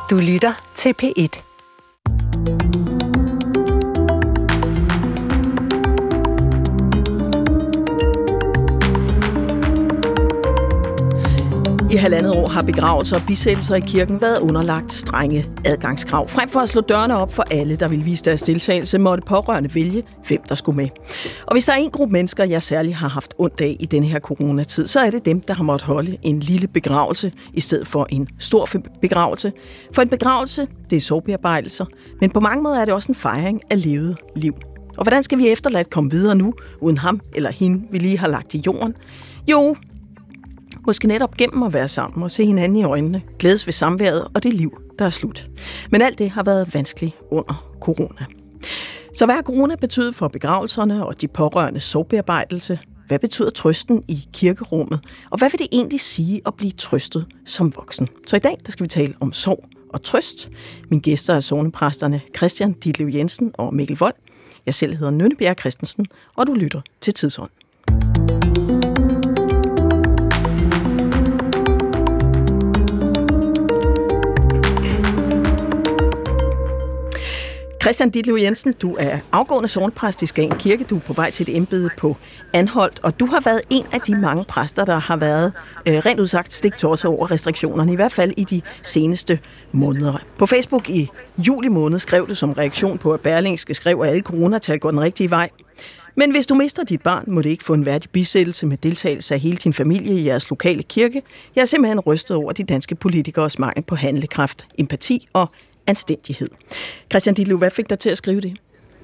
Du lytter til P1. I 1,5 år har begravelser og bisættelser i kirken været underlagt strenge adgangskrav. Frem for at slå dørene op for alle, der ville vise deres deltagelse, måtte pårørende vælge, hvem der skulle med. Og hvis der er en gruppe mennesker, jeg særligt har haft ondt af i denne her coronatid, så er det dem, der har måttet holde en lille begravelse i stedet for en stor begravelse. For en begravelse, det er sorgbearbejdelser, men på mange måder er det også en fejring af levet liv. Og hvordan skal vi efterladt komme videre nu, uden ham eller hende, vi lige har lagt i jorden? Jo, måske netop gennem at være sammen og se hinanden i øjnene, glædes ved samværet og det liv, der er slut. Men alt det har været vanskeligt under corona. Så hvad har corona betydet for begravelserne og de pårørende sorgbearbejdelse? Hvad betyder trøsten i kirkerummet? Og hvad vil det egentlig sige at blive trøstet som voksen? Så i dag der skal vi tale om sorg og trøst. Mine gæster er sognepræsterne Christian Ditlev Jensen og Mikkel Wold. Jeg selv hedder Nynne Bjerre Christensen, og du lytter til Tidsånd. Christian Ditlev Jensen, du er afgående sognepræst i Skagen Kirke. Du er på vej til et embede på Anholt, og du har været en af de mange præster, der har været rent udsagt stiktosset over restriktionerne, i hvert fald i de seneste måneder. På Facebook i juli måned skrev du som reaktion på, at Berlingske skrev, at alle coronatal går den rigtige vej. Men hvis du mister dit barn, må det ikke få en værdig bisættelse med deltagelse af hele din familie i jeres lokale kirke. Jeg er simpelthen rystet over de danske politikeres mangel på handlekraft, empati og anstændighed. Christian Ditlev, hvad fik dig til at skrive det?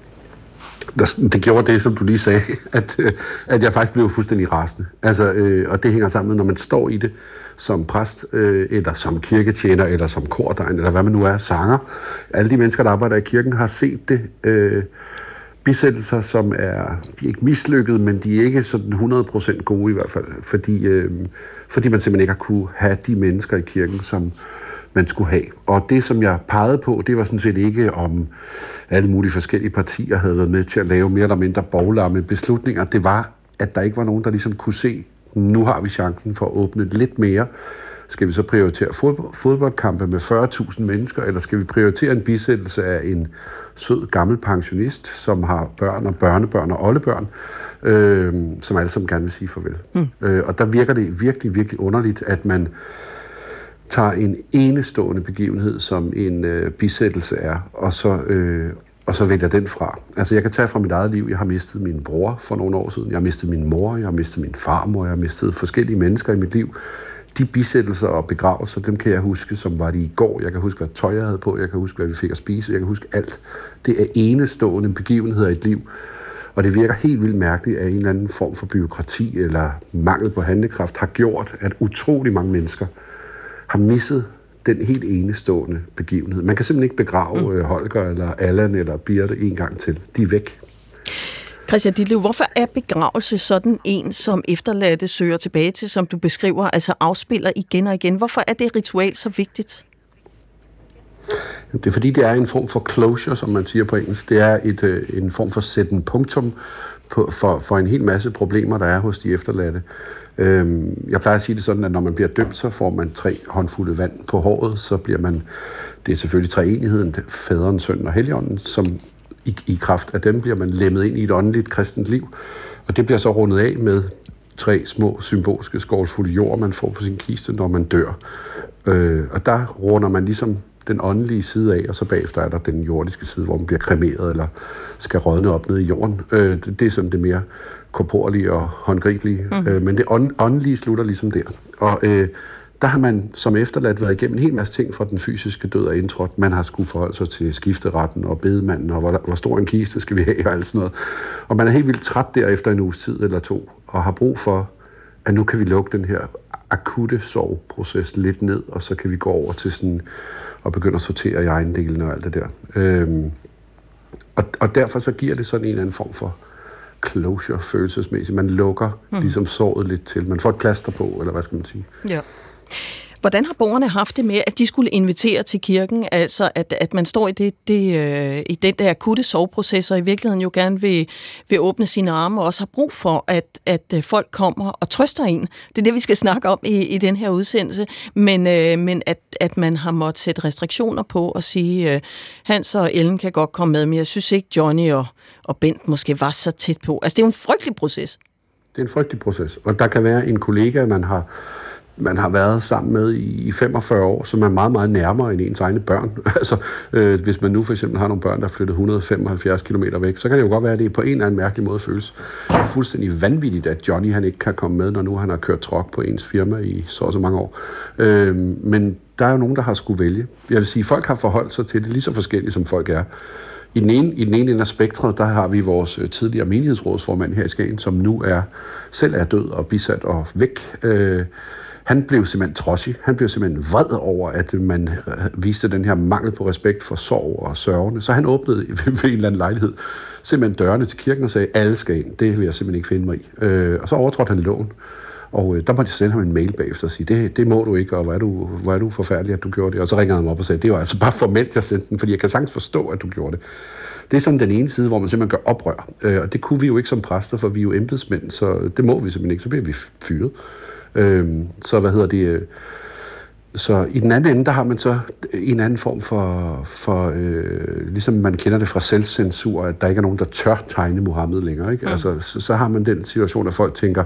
Det gjorde det, som du lige sagde, at jeg faktisk blev fuldstændig rasende. Og det hænger sammen med, når man står i det som præst, eller som kirketjener, eller som kordegn, eller hvad man nu er, sanger. Alle de mennesker, der arbejder i kirken, har set det. Bisættelser, som de er ikke mislykket, men de er ikke sådan 100% gode i hvert fald, fordi man simpelthen ikke har kunne have de mennesker i kirken, som man skulle have. Og det, som jeg pegede på, det var sådan set ikke om alle mulige forskellige partier havde været med til at lave mere eller mindre boglamme beslutninger. Det var, at der ikke var nogen, der ligesom kunne se, nu har vi chancen for at åbne lidt mere. Skal vi så prioritere fodboldkampe med 40.000 mennesker, eller skal vi prioritere en bisættelse af en sød gammel pensionist, som har børn og børnebørn og oldebørn, som alle sammen gerne vil sige farvel. Og der virker det virkelig, virkelig underligt, at man tager en enestående begivenhed, som en bisættelse er, og så vælger den fra. Altså, jeg kan tage fra mit eget liv. Jeg har mistet min bror for nogle år siden. Jeg har mistet min mor, jeg har mistet min farmor, jeg har mistet forskellige mennesker i mit liv. De bisættelser og begravelser, dem kan jeg huske, som var det i går. Jeg kan huske, hvad tøj jeg havde på. Jeg kan huske, hvad vi fik at spise. Jeg kan huske alt. Det er enestående begivenheder i et liv. Og det virker helt vildt mærkeligt, at en eller anden form for bureaukrati eller mangel på handlekraft har gjort, at utrolig mange mennesker har misset den helt enestående begivenhed. Man kan simpelthen ikke begrave Holger eller Allan eller Birte en gang til. De er væk. Christian Ditlev, hvorfor er begravelse sådan en, som efterladte søger tilbage til, som du beskriver, altså afspiller igen og igen? Hvorfor er det ritual så vigtigt? Det er fordi, det er en form for closure, som man siger på engelsk. Det er en form for sætte en punktum for en hel masse problemer, der er hos de efterladte. Jeg plejer at sige det sådan, at når man bliver døbt, så får man 3 håndfulde vand på håret, så bliver man, det er selvfølgelig treenigheden, faderen, sønnen og helligånden, som i kraft af dem bliver man lemmet ind i et åndeligt kristent liv, og det bliver så rundet af med 3 små symbolske skålsfulde jord, man får på sin kiste, når man dør. Og der runder man ligesom den åndelige side af, og så bagefter er der den jordiske side, hvor man bliver kremeret eller skal rådne op ned i jorden. Det er sådan det mere korporlige og håndgribelige, men det åndelige slutter ligesom der. Og der har man som efterladt været igennem en hel masse ting fra den fysiske død og indtrådt. Man har skulle forholde sig til skifteretten og bedemanden, og hvor stor en kiste skal vi have, og alt sådan noget. Og man er helt vildt træt der efter en uges tid eller 2, og har brug for, at nu kan vi lukke den her akutte sorgproces lidt ned, og så kan vi gå over til sådan og begynde at sortere i egendelene og alt det der. Og derfor så giver det sådan en eller anden form for closure følelsesmæssigt. Man lukker ligesom såret lidt til. Man får et plaster på, eller hvad skal man sige? Ja. Hvordan har borgerne haft det med, at de skulle invitere til kirken, altså at man står i i den der akutte soveproces, og i virkeligheden jo gerne vil åbne sine arme, og også har brug for, at folk kommer og trøster en. Det er det, vi skal snakke om i den her udsendelse, men at man har måttet sætte restriktioner på og sige, Hans og Ellen kan godt komme med, men jeg synes ikke, Johnny og Bent måske var så tæt på. Altså, det er jo en frygtelig proces. Det er en frygtelig proces, og der kan være en kollega, man har været sammen med i 45 år, som er meget, meget nærmere end ens egne børn. Altså, hvis man nu for eksempel har nogle børn, der er flyttet 175 km væk, så kan det jo godt være, at det på en eller anden mærkelig måde føles fuldstændig vanvittigt, at Johnny han ikke kan komme med, når nu han har kørt truck på ens firma i så mange år. Men der er jo nogen, der har skulle vælge. Jeg vil sige, folk har forholdt sig til det lige så forskelligt, som folk er. I den ene ende af spektret, der har vi vores tidligere menighedsrådsformand her i Skagen, som nu selv er død og bisat og væk. Han blev simpelthen trodsig. Han blev simpelthen vred over, at man viste den her mangel på respekt for sorg og sørgende. Så han åbnede ved en eller anden lejlighed simpelthen dørene til kirken og sagde, alle skal ind. Det vil jeg simpelthen ikke finde mig i. Og så overtrådte han loven. Og der måtte jeg sende ham en mail bagefter og sige, det må du ikke, og hvor er du forfærdelig, at du gjorde det. Og så ringede han mig op og sagde, det var altså bare formelt, jeg sendte den, fordi jeg kan sagtens forstå, at du gjorde det. Det er sådan den ene side, hvor man simpelthen gør oprør. Og det kunne vi jo ikke som præster, for vi er jo embedsmænd, så det må vi simpelthen ikke, så bliver vi fyret. Så i den anden ende, der har man så en anden form for ligesom man kender det fra selvcensur, at der ikke er nogen, der tør tegne Mohammed længere. Ikke? Altså, så har man den situation, at folk tænker,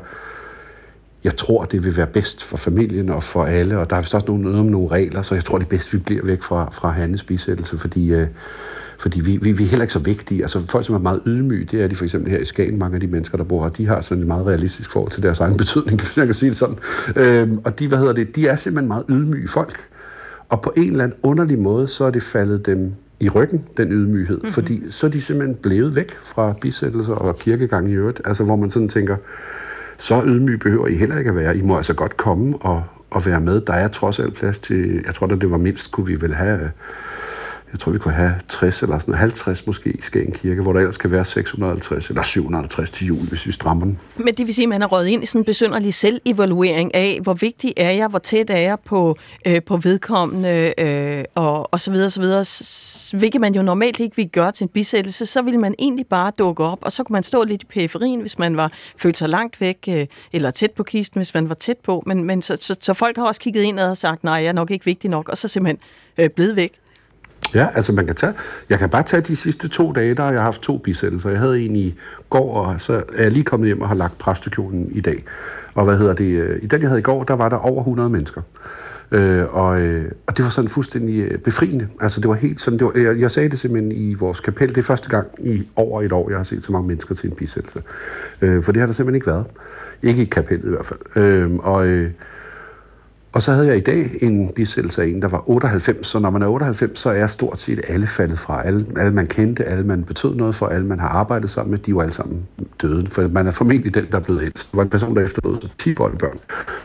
jeg tror, det vil være bedst for familien og for alle, og der er vist også nogle regler, så jeg tror, det er bedst, vi bliver væk fra Hannes bisættelse, fordi vi er heller ikke så vigtige. Altså folk, som er meget ydmyge, det er de for eksempel her i Skagen, mange af de mennesker, der bor her, de har sådan en meget realistisk forhold til deres egen betydning, hvis jeg kan sige det sådan. Og de er simpelthen meget ydmyge folk. Og på en eller anden underlig måde, så er det faldet dem i ryggen, den ydmyghed, fordi så er de simpelthen blevet væk fra bisættelser og kirkegang i øvrigt, altså hvor man sådan tænker, så ydmyg behøver I heller ikke at være. I må altså godt komme og være med. Der er trods alt plads til, jeg tror, da det var mindst, kunne vi vel have, jeg tror, vi kunne have 60 eller sådan 50 måske i Skagen Kirke, hvor der ellers kan være 650 eller 750 til jul, hvis vi strammer den. Men det vil sige, at man har røget ind i sådan en besynderlig selvevaluering af, hvor vigtig er jeg, hvor tæt er jeg på vedkommende, og så videre, så videre. Hvilket man jo normalt ikke ville gøre til en bisættelse, så ville man egentlig bare dukke op, og så kunne man stå lidt i periferien, hvis man følte sig langt væk, eller tæt på kisten, hvis man var tæt på. Men så folk har også kigget ind og sagt, nej, jeg er nok ikke vigtig nok, og så simpelthen blevet væk. Ja, altså jeg kan bare tage de sidste 2 dage, der har jeg haft 2 bisættelser. Jeg havde en i går, og så er jeg lige kommet hjem og har lagt præstekjolen i dag. Og i den jeg havde i går, der var der over 100 mennesker. Og det var sådan fuldstændig befriende. Altså det var helt sådan, jeg sagde det simpelthen i vores kapel. Det er første gang i over et år, jeg har set så mange mennesker til en bisættelse. For det har der simpelthen ikke været. Ikke i kapellet i hvert fald. Og så havde jeg i dag en bisættelse af en, der var 98, så når man er 98, så er stort set alle faldet fra. Alle man kendte, alle man betød noget for, alle man har arbejdet sammen med, de er jo alle sammen døde. For man er formentlig den, der er blevet ældst. Det var en person, der efterlod 10 børn.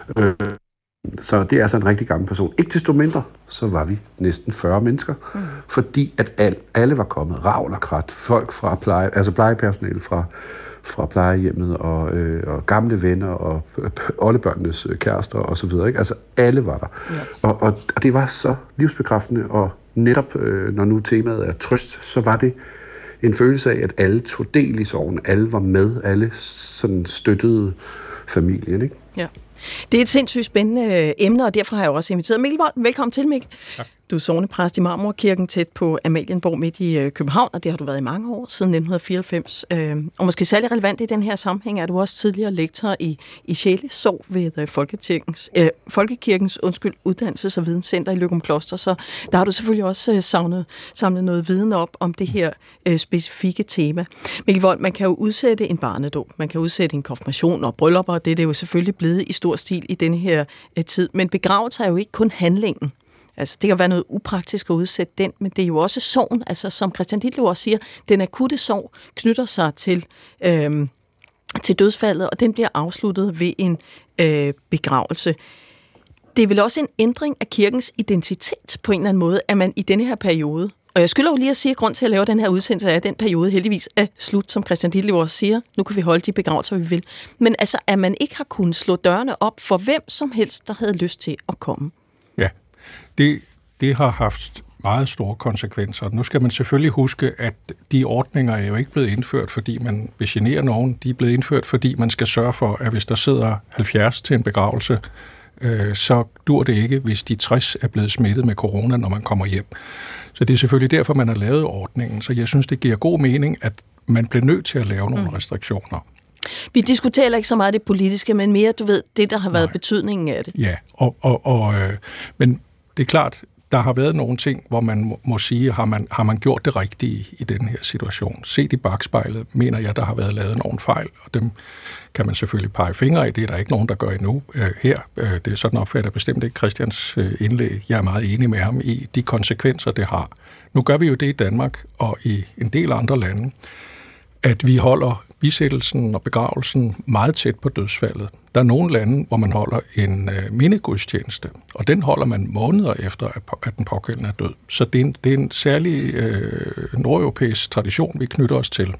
Så det er altså en rigtig gammel person. Ikke desto mindre, så var vi næsten 40 mennesker, fordi at alle var kommet. Ravl og krat, folk fra plejepersonale fra plejehjemmet og gamle venner og oldebørnenes kærester og så videre. Ikke? Altså alle var der. Ja. Og det var så livsbekræftende, og netop når nu temaet er trøst, så var det en følelse af, at alle tog del i sorgen. Alle var med, alle sådan støttede familien. Ikke? Ja. Det er et sindssygt spændende emne, og derfor har jeg også inviteret Mikkel Wold. Velkommen til, Mikkel. Ja. Du er sognepræst i Marmorkirken tæt på Amalienborg midt i København, og det har du været i mange år, siden 1994. Og måske særlig relevant i den her sammenhæng er du også tidligere lektor i sjælesorg ved Folkekirkens Uddannelses- og Videnscenter i Løgumkloster, så der har du selvfølgelig også samlet noget viden op om det her specifikke tema. Mikkel Wold, man kan jo udsætte en barnedåb, man kan udsætte en konfirmation og bryllupper, og det er jo selvfølgelig blevet i stor stil i denne her tid, men begravelse er jo ikke kun handlingen. Altså, det kan være noget upraktisk at udsætte den, men det er jo også sorgen. Altså, som Christian Ditlev også siger, den akutte sorg knytter sig til dødsfaldet, og den bliver afsluttet ved en begravelse. Det er vel også en ændring af kirkens identitet på en eller anden måde, at man i denne her periode, og jeg skylder jo lige at sige, at grund til at lave den her udsendelse er, at den periode heldigvis er slut, som Christian Ditlev også siger. Nu kan vi holde de begravelser, vi vil. Men altså, at man ikke har kunnet slå dørene op for hvem som helst, der havde lyst til at komme. Ja, det har haft meget store konsekvenser. Nu skal man selvfølgelig huske, at de ordninger er jo ikke blevet indført, fordi man vil genere nogen. De er blevet indført, fordi man skal sørge for, at hvis der sidder 70 til en begravelse, så dur det ikke, hvis de 60 er blevet smittet med corona, når man kommer hjem. Så det er selvfølgelig derfor, man har lavet ordningen. Så jeg synes, det giver god mening, at man bliver nødt til at lave nogle restriktioner. Vi diskuterer ikke så meget det politiske, men mere, du ved, det, der har været betydningen af det. Ja, men det er klart, der har været nogle ting, hvor man må sige, har man gjort det rigtige i den her situation. Set i bagspejlet, mener jeg, der har været lavet nogle fejl, og dem kan man selvfølgelig pege fingre i. Det er der ikke nogen, der gør endnu her. Det er sådan opfatter bestemt ikke Christians indlæg. Jeg er meget enig med ham i de konsekvenser, det har. Nu gør vi jo det i Danmark og i en del andre lande, at vi holder bisættelsen og begravelsen meget tæt på dødsfaldet. Der er nogle lande, hvor man holder en mindegudstjeneste, og den holder man måneder efter, at den pågældende er død. Så det er en særlig nordeuropæisk tradition, vi knytter os til.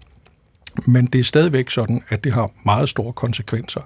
Men det er stadigvæk sådan, at det har meget store konsekvenser.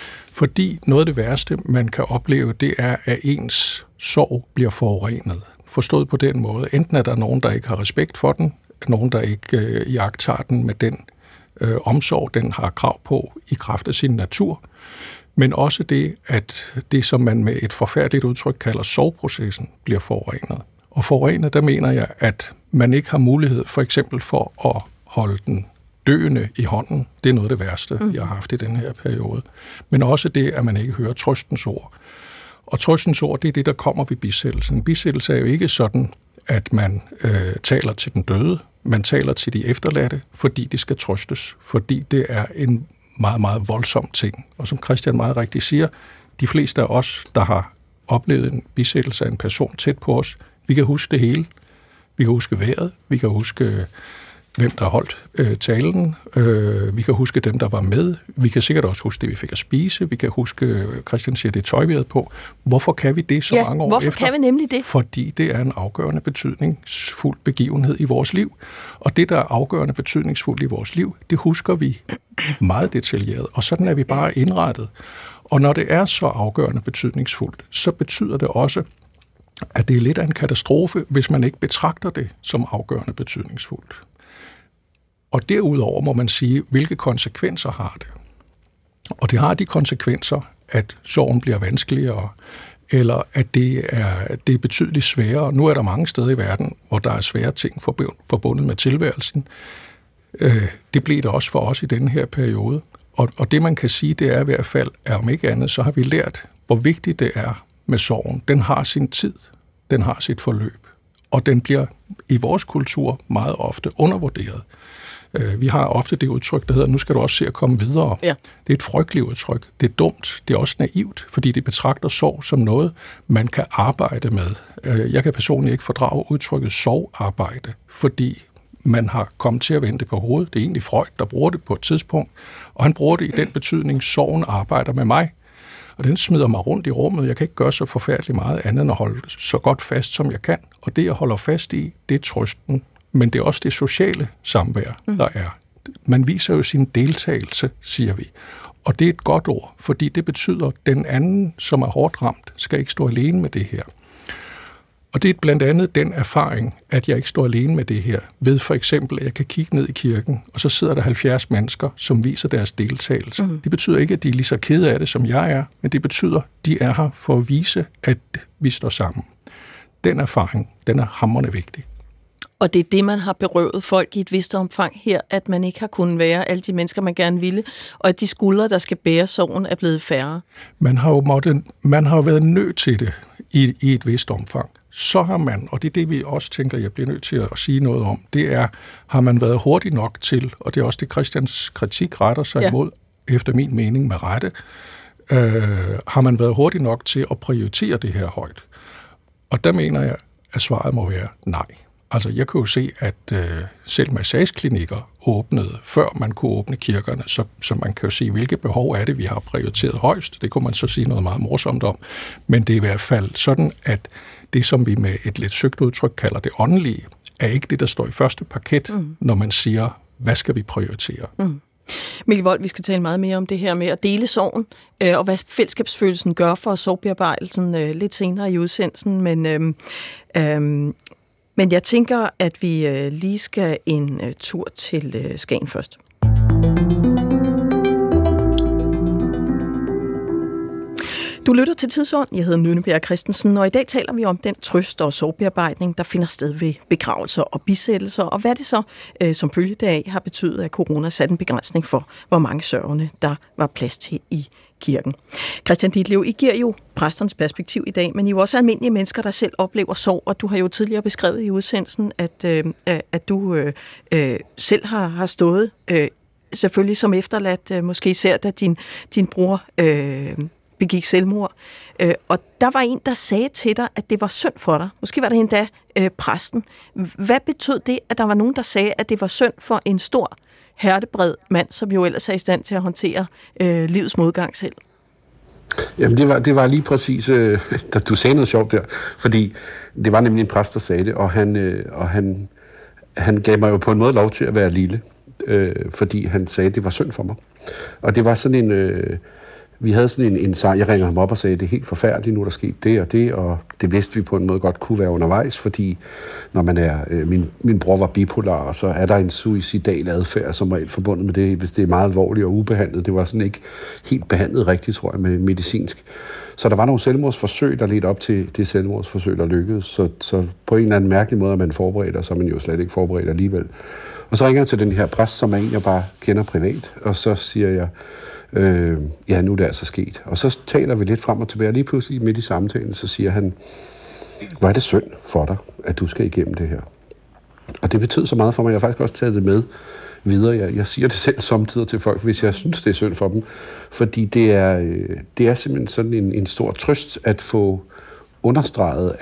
Fordi noget af det værste, man kan opleve, det er, at ens sorg bliver forurenet. Forstået på den måde. Enten er der nogen, der ikke har respekt for den, nogen, der ikke iagttager den med den omsorg, den har krav på i kraft af sin natur, men også det, at det, som man med et forfærdeligt udtryk kalder sorgprocessen, bliver forurenet. Og forurenet, der mener jeg, at man ikke har mulighed for eksempel for at holde den døende i hånden. Det er noget af det værste, jeg har haft i den her periode. Men også det, at man ikke hører trøstens ord. Og trøstens ord, det er det, der kommer ved bisættelsen. Bisættelse er jo ikke sådan, at man taler til den døde, man taler til de efterladte, fordi de skal trøstes, fordi det er en meget, meget voldsom ting. Og som Christian meget rigtigt siger, de fleste af os, der har oplevet en bisættelse af en person tæt på os, vi kan huske det hele. Vi kan huske vejret, vi kan huske, hvem der holdt talen, vi kan huske dem, der var med, vi kan sikkert også huske det, vi fik at spise, vi kan huske, Christian siger, det tøj, vi havde på. Hvorfor kan vi det så mange år hvorfor efter? Kan vi nemlig det? Fordi det er en afgørende betydningsfuld begivenhed i vores liv. Og det, der er afgørende betydningsfuldt i vores liv, det husker vi meget detaljeret, og sådan er vi bare indrettet. Og når det er så afgørende betydningsfuldt, så betyder det også, at det er lidt af en katastrofe, hvis man ikke betragter det som afgørende betydningsfuldt. Og derudover må man sige, hvilke konsekvenser har det? Og det har de konsekvenser, at sorgen bliver vanskeligere, eller at det er betydeligt sværere. Nu er der mange steder i verden, hvor der er svære ting forbundet med tilværelsen. Det blev det også for os i denne her periode. Og det man kan sige, det er i hvert fald, at om ikke andet, så har vi lært, hvor vigtigt det er med sorgen. Den har sin tid, den har sit forløb, og den bliver i vores kultur meget ofte undervurderet. Vi har ofte det udtryk, der hedder, nu skal du også se at komme videre. Ja. Det er et frygteligt udtryk. Det er dumt. Det er også naivt, fordi det betragter sorg som noget, man kan arbejde med. Jeg kan personligt ikke fordrage udtrykket sorgarbejde, fordi man har kommet til at vende det på hovedet. Det er egentlig Freud, der bruger det på et tidspunkt, og han bruger det i den betydning, sorgen arbejder med mig. Og den smider mig rundt i rummet. Jeg kan ikke gøre så forfærdeligt meget andet end at holde så godt fast, som jeg kan. Og det, jeg holder fast i, det er trøsten. Men det er også det sociale samvær, der er. Man viser jo sin deltagelse, siger vi. Og det er et godt ord, fordi det betyder, at den anden, som er hårdt ramt, skal ikke stå alene med det her. Og det er blandt andet den erfaring, at jeg ikke står alene med det her, ved for eksempel, at jeg kan kigge ned i kirken, og så sidder der 70 mennesker, som viser deres deltagelse. Det betyder ikke, at de er lige så kede af det, som jeg er, men det betyder, at de er her for at vise, at vi står sammen. Den erfaring, den er hamrende vigtig. Og det er det, man har berøvet folk i et vist omfang her, at man ikke har kunnet være alle de mennesker, man gerne ville, og at de skuldre, der skal bære sorgen, er blevet færre. Man har jo været nødt til det i et vist omfang. Så har man, og det er det, vi også tænker, jeg bliver nødt til at sige noget om, det er, har man været hurtig nok til, og det er også det, Christians kritik retter sig imod, efter min mening med rette, har man været hurtig nok til at prioritere det her højt. Og der mener jeg, at svaret må være nej. Altså, jeg kan jo se, at selv massageklinikker åbnede, før man kunne åbne kirkerne, så man kan jo sige, hvilke behov er det, vi har prioriteret højst. Det kunne man så sige noget meget morsomt om. Men det er i hvert fald sådan, at det, som vi med et lidt søgt udtryk kalder det åndelige, er ikke det, der står i første parket, når man siger, hvad skal vi prioritere? Mikkel Wold, vi skal tale meget mere om det her med at dele sorgen, og hvad fællesskabsfølelsen gør for sorgbearbejdelsen lidt senere i udsendelsen, men jeg tænker, at vi lige skal en tur til Skagen først. Du lytter til Tidsånd. Jeg hedder Nynne Bjerg Christensen, og i dag taler vi om den trøst og sorgbearbejdning, der finder sted ved begravelser og bisættelser, og hvad det så som følge deraf har betydet, at corona satte en begrænsning for, hvor mange sørgende der var plads til i kirken. Christian Ditlev, I giver jo præsternes perspektiv i dag, men I er jo også almindelige mennesker, der selv oplever sorg, og du har jo tidligere beskrevet i udsendelsen, at du selv har stået, selvfølgelig som efterladt, måske især da din bror begik selvmord. Og der var en, der sagde til dig, at det var synd for dig. Måske var det endda præsten. Hvad betød det, at der var nogen, der sagde, at det var synd for en stor, hærdebred mand, som jo ellers er i stand til at håndtere livets modgang selv? Jamen, det var lige præcis, da du sagde noget sjovt der, fordi det var nemlig en præst, der sagde det, og han gav mig jo på en måde lov til at være lille, fordi han sagde, at det var synd for mig. Og det var sådan en... Vi havde sådan en sang, jeg ringede ham op og sagde, det er helt forfærdeligt, nu er der sket det, og det vidste vi på en måde godt kunne være undervejs, fordi når man er, min bror var bipolar, og så er der en suicidal adfærd, som er forbundet med det, hvis det er meget alvorligt og ubehandlet. Det var sådan ikke helt behandlet rigtigt, tror jeg, med medicinsk. Så der var nogle selvmordsforsøg, der ledte op til det selvmordsforsøg, der lykkedes. Så på en eller anden mærkelig måde er man forberedt, og så er man jo slet ikke forberedt alligevel. Og så ringer jeg til den her præst, som er en, jeg bare kender privat, og så siger jeg, ja, nu er det altså sket. Og så taler vi lidt frem og tilbage, lige pludselig midt i samtalen, så siger han, hvor er det synd for dig, at du skal igennem det her. Og det betød så meget for mig, jeg har faktisk også taget det med videre. Jeg siger det selv samtidig til folk, hvis jeg synes, det er synd for dem. Fordi det er simpelthen sådan en stor trøst at få understreget,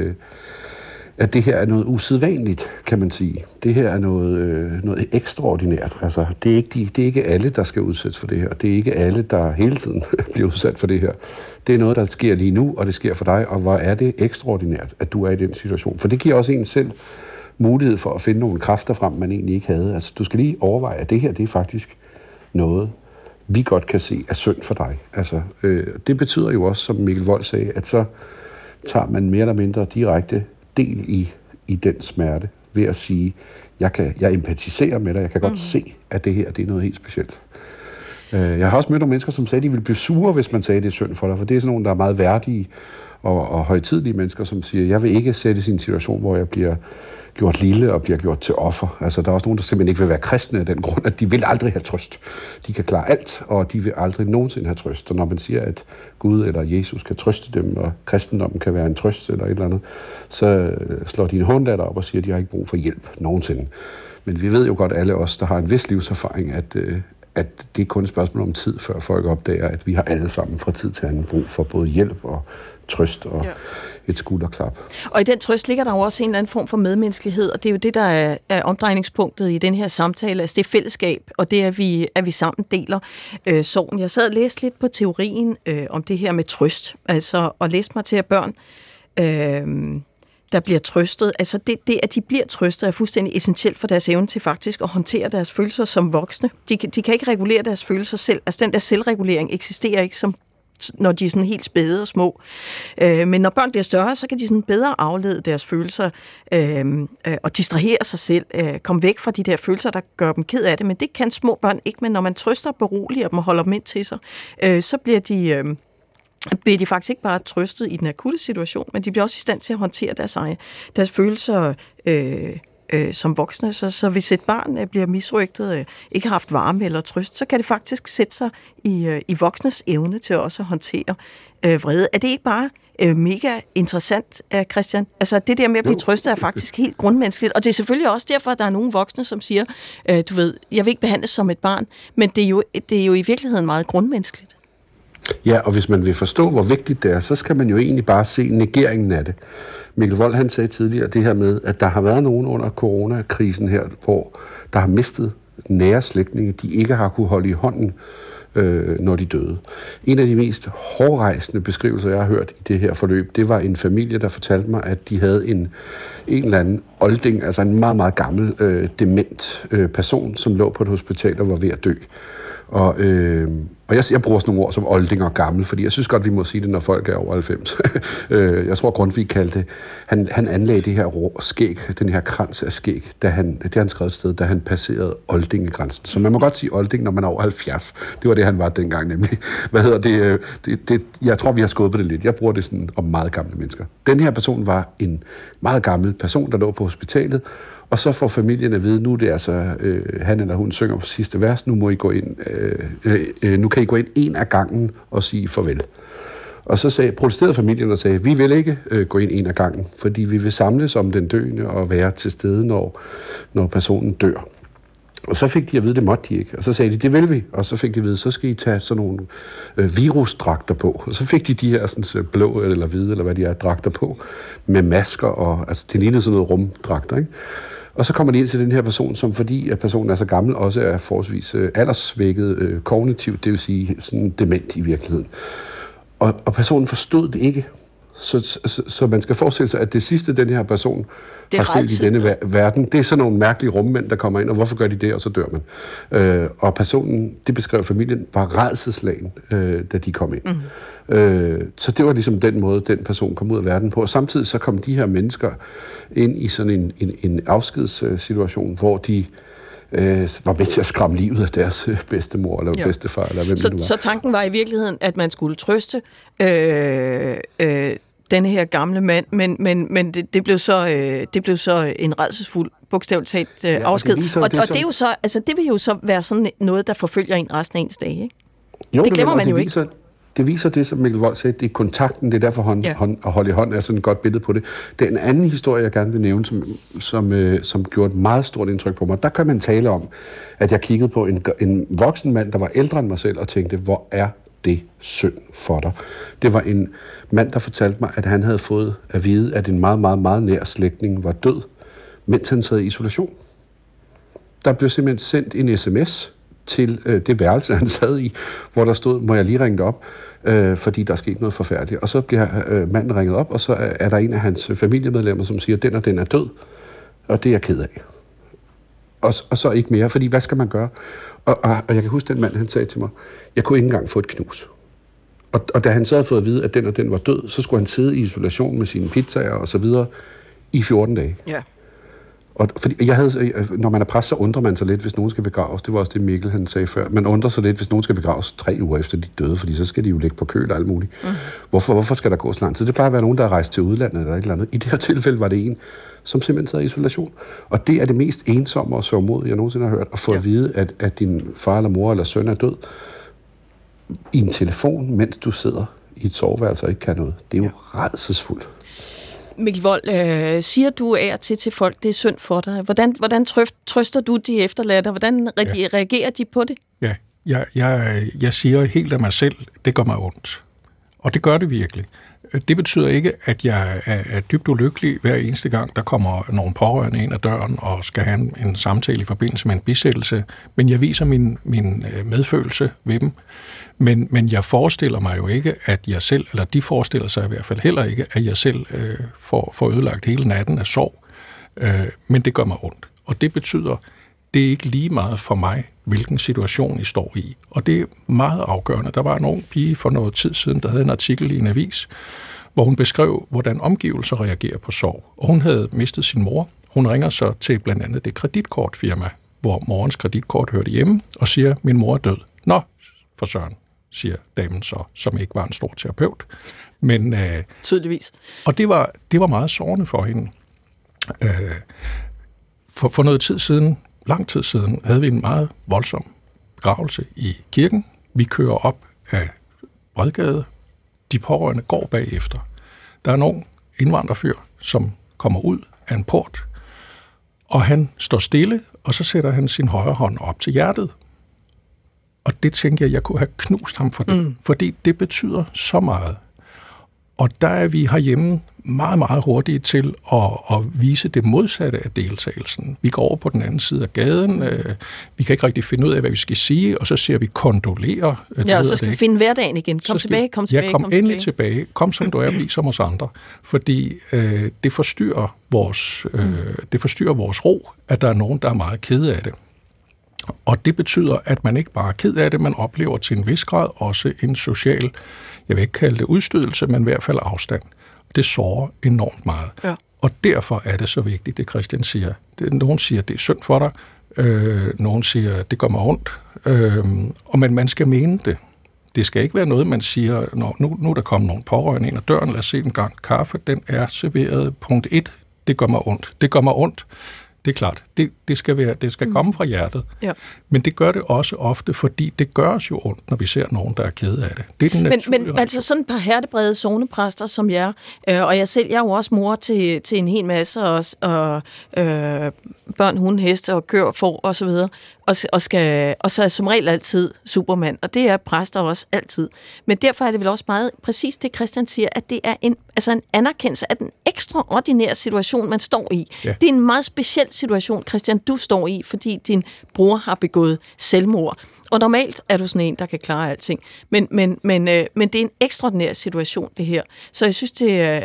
at det her er noget usædvanligt, kan man sige. Det her er noget ekstraordinært. Altså, det er ikke alle, der skal udsættes for det her. Det er ikke alle, der hele tiden bliver udsat for det her. Det er noget, der sker lige nu, og det sker for dig, og hvor er det ekstraordinært, at du er i den situation. For det giver også en selv mulighed for at finde nogle kræfter frem, man egentlig ikke havde. Altså, du skal lige overveje, at det her, det er faktisk noget, vi godt kan se er synd for dig. Altså, det betyder jo også, som Mikkel Wold sagde, at så tager man mere eller mindre direkte del i den smerte ved at sige, jeg empatiserer med dig, jeg kan godt se, at det her det er noget helt specielt. Jeg har også mødt nogle mennesker, som sagde, at de ville blive sure, hvis man sagde, at det er synd for dig, for det er sådan nogle, der er meget værdige og højtidelige mennesker, som siger, jeg vil ikke sættes i en situation, hvor jeg bliver gjort lille og bliver gjort til offer. Altså, der er også nogen, der simpelthen ikke vil være kristne af den grund, at de vil aldrig have trøst. De kan klare alt, og de vil aldrig nogensinde have trøst. Og når man siger, at Gud eller Jesus kan trøste dem, og kristendommen kan være en trøst eller et eller andet, så slår de en hånddatter op og siger, at de har ikke brug for hjælp nogensinde. Men vi ved jo godt, alle os, der har en vis livserfaring, at det er kun et spørgsmål om tid, før folk opdager, at vi har alle sammen fra tid til anden brug for både hjælp og trøst og et skulderklap. Og i den trøst ligger der jo også en eller anden form for medmenneskelighed, og det er jo det, der er omdrejningspunktet i den her samtale, altså det er fællesskab, og det er, at vi sammen deler sorgen. Jeg sad og læste lidt på teorien om det her med trøst, altså og læste mig til, at børn der bliver trøstet, altså det, at de bliver trøstet, er fuldstændig essentielt for deres evne til faktisk at håndtere deres følelser som voksne. De kan ikke regulere deres følelser selv, altså den der selvregulering eksisterer ikke som når de er sådan helt spæde og små. Men når børn bliver større, så kan de sådan bedre aflede deres følelser og distrahere sig selv, komme væk fra de der følelser, der gør dem ked af det. Men det kan små børn ikke, men når man trøster, beroliger dem og holder dem ind til sig, så bliver de faktisk ikke bare trøstet i den akutte situation, men de bliver også i stand til at håndtere deres følelser som voksne. Så hvis et barn bliver misrøgtet, ikke har haft varme eller trøst, så kan det faktisk sætte sig i voksnes evne til også at håndtere vrede. Er det ikke bare mega interessant, Christian? Altså det der med at blive trøstet er faktisk helt grundmenneskeligt, og det er selvfølgelig også derfor, at der er nogle voksne, som siger, du ved, jeg vil ikke behandles som et barn, men det er jo i virkeligheden meget grundmenneskeligt. Ja, og hvis man vil forstå, hvor vigtigt det er, så skal man jo egentlig bare se negeringen af det. Mikkel Wold, han sagde tidligere det her med, at der har været nogen under coronakrisen her, hvor der har mistet nære slægtninge, de ikke har kunne holde i hånden når de døde. En af de mest hårdrejsende beskrivelser, jeg har hørt i det her forløb, det var en familie, der fortalte mig, at de havde en eller anden olding, altså en meget, meget gammel, dement person, som lå på et hospital og var ved at dø. Og jeg bruger sådan nogle ord som olding og gammel, fordi jeg synes godt, vi må sige det, når folk er over 90. Jeg tror, Grundtvig kaldte det, han anlagde det her skæg, den her krans af skæg, det han skrev et sted, da han passerede oldingegrænsen. Så man må godt sige olding, når man er over 70. Det var det, han var dengang nemlig. Jeg tror, vi har skåret på det lidt. Jeg bruger det sådan om meget gamle mennesker. Den her person var en meget gammel person, der lå på hospitalet, og så får familien at vide, nu er det altså, han eller hun synger på sidste vers, nu må I gå ind, nu kan I gå ind en af gangen og sige farvel. Og så protesterede familien og sagde, vi vil ikke gå ind en af gangen, fordi vi vil samles om den døende og være til stede, når personen dør. Og så fik de at vide, det måtte de ikke. Og så sagde de, det vil vi. Og så fik de at vide, så skal I tage sådan nogle virusdragter på. Og så fik de her sådan, blå eller hvide, eller hvad de er, dragter på, med masker, og altså, det lignede sådan noget rumdragter, ikke? Og så kommer de ind til den her person, som fordi at personen er så gammel, også er forholdsvis alderssvækket kognitivt, det vil sige sådan dement i virkeligheden. Og personen forstod det ikke. Så man skal forestille sig, at det sidste, den her person har set i denne verden, det er sådan nogle mærkelige rummænd, der kommer ind, og hvorfor gør de det, og så dør man. Og personen, det beskrev familien, var rædselsslagen, da de kom ind. Så det var ligesom den måde, den person kom ud af verden på. Og samtidig så kom de her mennesker ind i sådan en afskedssituation, hvor de var med til at skræmme livet af deres bedstemor eller bedstefar, eller hvem det nu var. Så tanken var i virkeligheden, at man skulle trøste denne her gamle mand, men det blev så en rædselsfuld, bogstaveligt talt afsked. Og det er jo så, altså det vil jo så være sådan noget, der forfølger en resten af ens dage, ikke? Jo, det glemmer man jo ikke. Det viser det, som Mikkel Wold sagde, det er kontakten, det er derfor at holde i hånd er sådan et godt billede på det. Det er en anden historie, jeg gerne vil nævne, som gjorde et meget stort indtryk på mig. Der kan man tale om, at jeg kiggede på en voksen mand, der var ældre end mig selv, og tænkte, hvor er det synd for dig? Det var en mand, der fortalte mig, at han havde fået at vide, at en meget, meget, meget nær slægtning var død, mens han sad i isolation. Der blev simpelthen sendt en sms til det værelse, han sad i, hvor der stod, må jeg lige ringe op, fordi der er sket noget forfærdeligt. Og så bliver manden ringet op, og så er der en af hans familiemedlemmer, som siger, den og den er død, og det er jeg ked af. Og så ikke mere, fordi hvad skal man gøre? Og jeg kan huske, den mand, han sagde til mig, jeg kunne ikke engang få et knus. Og da han så havde fået at vide, at den og den var død, så skulle han sidde i isolation med sine pizzaer og så videre i 14 dage. Ja. Og fordi når man er præst, så undrer man sig lidt, hvis nogen skal begraves. Det var også det, Mikkel han sagde før. Man undrer sig lidt, hvis nogen skal begraves 3 uger efter de døde, fordi så skal de jo ligge på køl og alt muligt. Hvorfor skal der gå så lang tid? Det plejer at være nogen, der er rejst til udlandet eller et eller andet. I det her tilfælde var det en, som simpelthen sad i isolation. Og det er det mest ensomme og sørgmodige, jeg nogensinde har hørt, at få at vide, at din far eller mor eller søn er død i en telefon, mens du sidder i et soveværelse og ikke kan noget. Det er jo rædselsfuldt. Mikkel Wold, siger du af og til folk, det er synd for dig. Hvordan trøster du de efterladte? Hvordan reagerer de på det? Ja, jeg siger helt af mig selv, det gør mig ondt. Og det gør det virkelig. Det betyder ikke, at jeg er dybt ulykkelig hver eneste gang, der kommer nogle pårørende ind ad døren og skal have en samtale i forbindelse med en bisættelse. Men jeg viser min medfølelse ved dem. Men jeg forestiller mig jo ikke, at jeg selv, eller de forestiller sig i hvert fald heller ikke, at jeg selv får ødelagt hele natten af sorg. Men det gør mig ondt. Og det betyder, det er ikke lige meget for mig, hvilken situation I står i. Og det er meget afgørende. Der var en ung pige for noget tid siden, der havde en artikel i en avis, hvor hun beskrev, hvordan omgivelser reagerer på sorg. Og hun havde mistet sin mor. Hun ringer så til blandt andet det kreditkortfirma, hvor morens kreditkort hørte hjemme, og siger, min mor er død. Nå, for søren, siger damen så, som ikke var en stor terapeut. Men, tydeligvis. Og det var meget sårende for hende. For noget tid siden, lang tid siden, havde vi en meget voldsom begravelse i kirken. Vi kører op af Bredgade. De pårørende går bagefter. Der er en ung indvandrerfyr, som kommer ud af en port, og han står stille, og så sætter han sin højre hånd op til hjertet. Og det tænker jeg kunne have knust ham for det, fordi det betyder så meget. Og der er vi herhjemme meget, meget hurtige til at vise det modsatte af deltagelsen. Vi går over på den anden side af gaden, vi kan ikke rigtig finde ud af, hvad vi skal sige, og så siger vi kondolere. Ja, og så skal vi finde hverdagen igen. Kom endelig tilbage. Kom som du er, bliv som os andre. Fordi det forstyrrer vores ro, at der er nogen, der er meget kede af det. Og det betyder, at man ikke bare er ked af det, man oplever til en vis grad også en social, jeg vil ikke kalde det udstødelse, men i hvert fald afstand. Det sårer enormt meget. Ja. Og derfor er det så vigtigt, det Christian siger. Nogen siger, det er synd for dig. Nogen siger, det gør mig ondt. Men man skal mene det. Det skal ikke være noget, man siger, nu er der kommet nogle pårørende ind ad døren, lad os se en gang kaffe, den er serveret. Punkt 1, det gør mig ondt. Det gør mig ondt. Det er klart, det skal komme fra hjertet. Ja. Men det gør det også ofte, fordi det gør os jo ondt, når vi ser nogen, der er kede af det. Det er den naturlige men altså sådan et par hertebrede sognepræster som jer, og jeg er jo også mor til en hel masse, og børn, hunde, heste og køer, får og så videre, og så er som regel altid supermand, og det er præster også altid. Men derfor er det vel også meget præcis det, Christian siger, at det er en anerkendelse af den ekstraordinære situation, man står i. Ja. Det er en meget speciel situation, Christian, du står i, fordi din bror har begået selvmord. Og normalt er du sådan en, der kan klare alting. Men det er en ekstraordinær situation, det her. Så jeg synes, det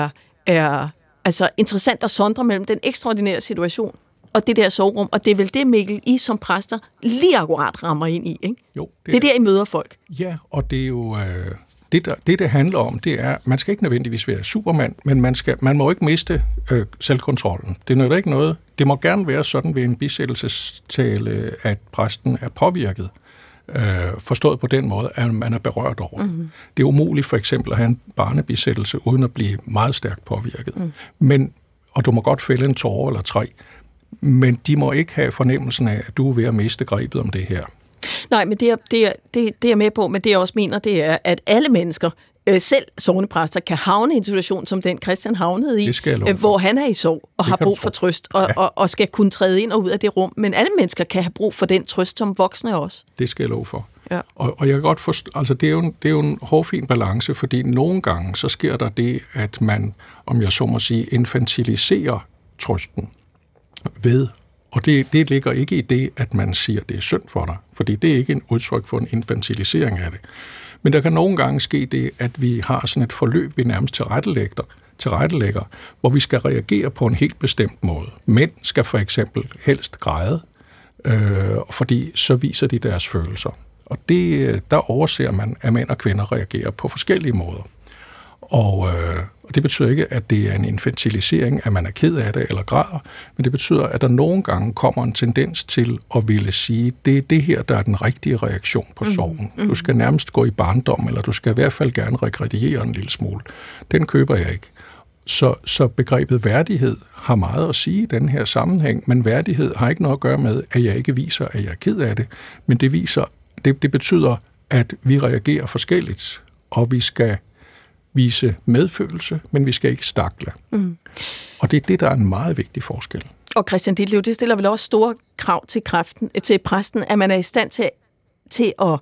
er altså interessant at sondre mellem den ekstraordinære situation og det der soverum. Og det er vel det, Mikkel, I som præster lige akkurat rammer ind i, ikke? Jo. Det er der, I møder folk. Ja, og det er jo... Det handler om, det er, man skal ikke nødvendigvis være supermand, men man må ikke miste selvkontrollen. Det nytter ikke noget. Det må gerne være sådan ved en bisættelsestale, at præsten er påvirket. Forstået på den måde, at man er berørt over det. Mm-hmm. Det er umuligt for eksempel at have en barnebisættelse, uden at blive meget stærkt påvirket. Og du må godt fælde en tåre eller 3, men de må ikke have fornemmelsen af, at du er ved at miste grebet om det her. Nej, men det er jeg med på, men det jeg også mener, det er, at alle mennesker, selv sognepræster, kan havne i en situation, som den Christian havnede i, hvor han er i sorg og har brug for trøst, og skal kunne træde ind og ud af det rum. Men alle mennesker kan have brug for den trøst som voksne også. Det skal jeg love for. Ja. Og jeg kan godt forstå, altså det er jo en hårfin balance, fordi nogle gange så sker der det, at man, om jeg så må sige, infantiliserer trøsten ved. Og det ligger ikke i det, at man siger, at det er synd for dig, fordi det er ikke en udtryk for en infantilisering af det. Men der kan nogle gange ske det, at vi har sådan et forløb, vi nærmest tilrettelægger, hvor vi skal reagere på en helt bestemt måde. Mænd skal for eksempel helst græde, fordi så viser de deres følelser. Og der overser man, at mænd og kvinder reagerer på forskellige måder. Og det betyder ikke, at det er en infantilisering, at man er ked af det eller græder, men det betyder, at der nogle gange kommer en tendens til at ville sige, det er det her, der er den rigtige reaktion på sorgen. Du skal nærmest gå i barndom, eller du skal i hvert fald gerne regrediere en lille smule. Den køber jeg ikke. Så begrebet værdighed har meget at sige i den her sammenhæng, men værdighed har ikke noget at gøre med, at jeg ikke viser, at jeg er ked af det, men det betyder, at vi reagerer forskelligt, og vi skal vise medfølelse, men vi skal ikke stakle. Og det er det, der er en meget vigtig forskel. Og Christian Ditlev, det stiller vel også store krav til præsten, at man er i stand til at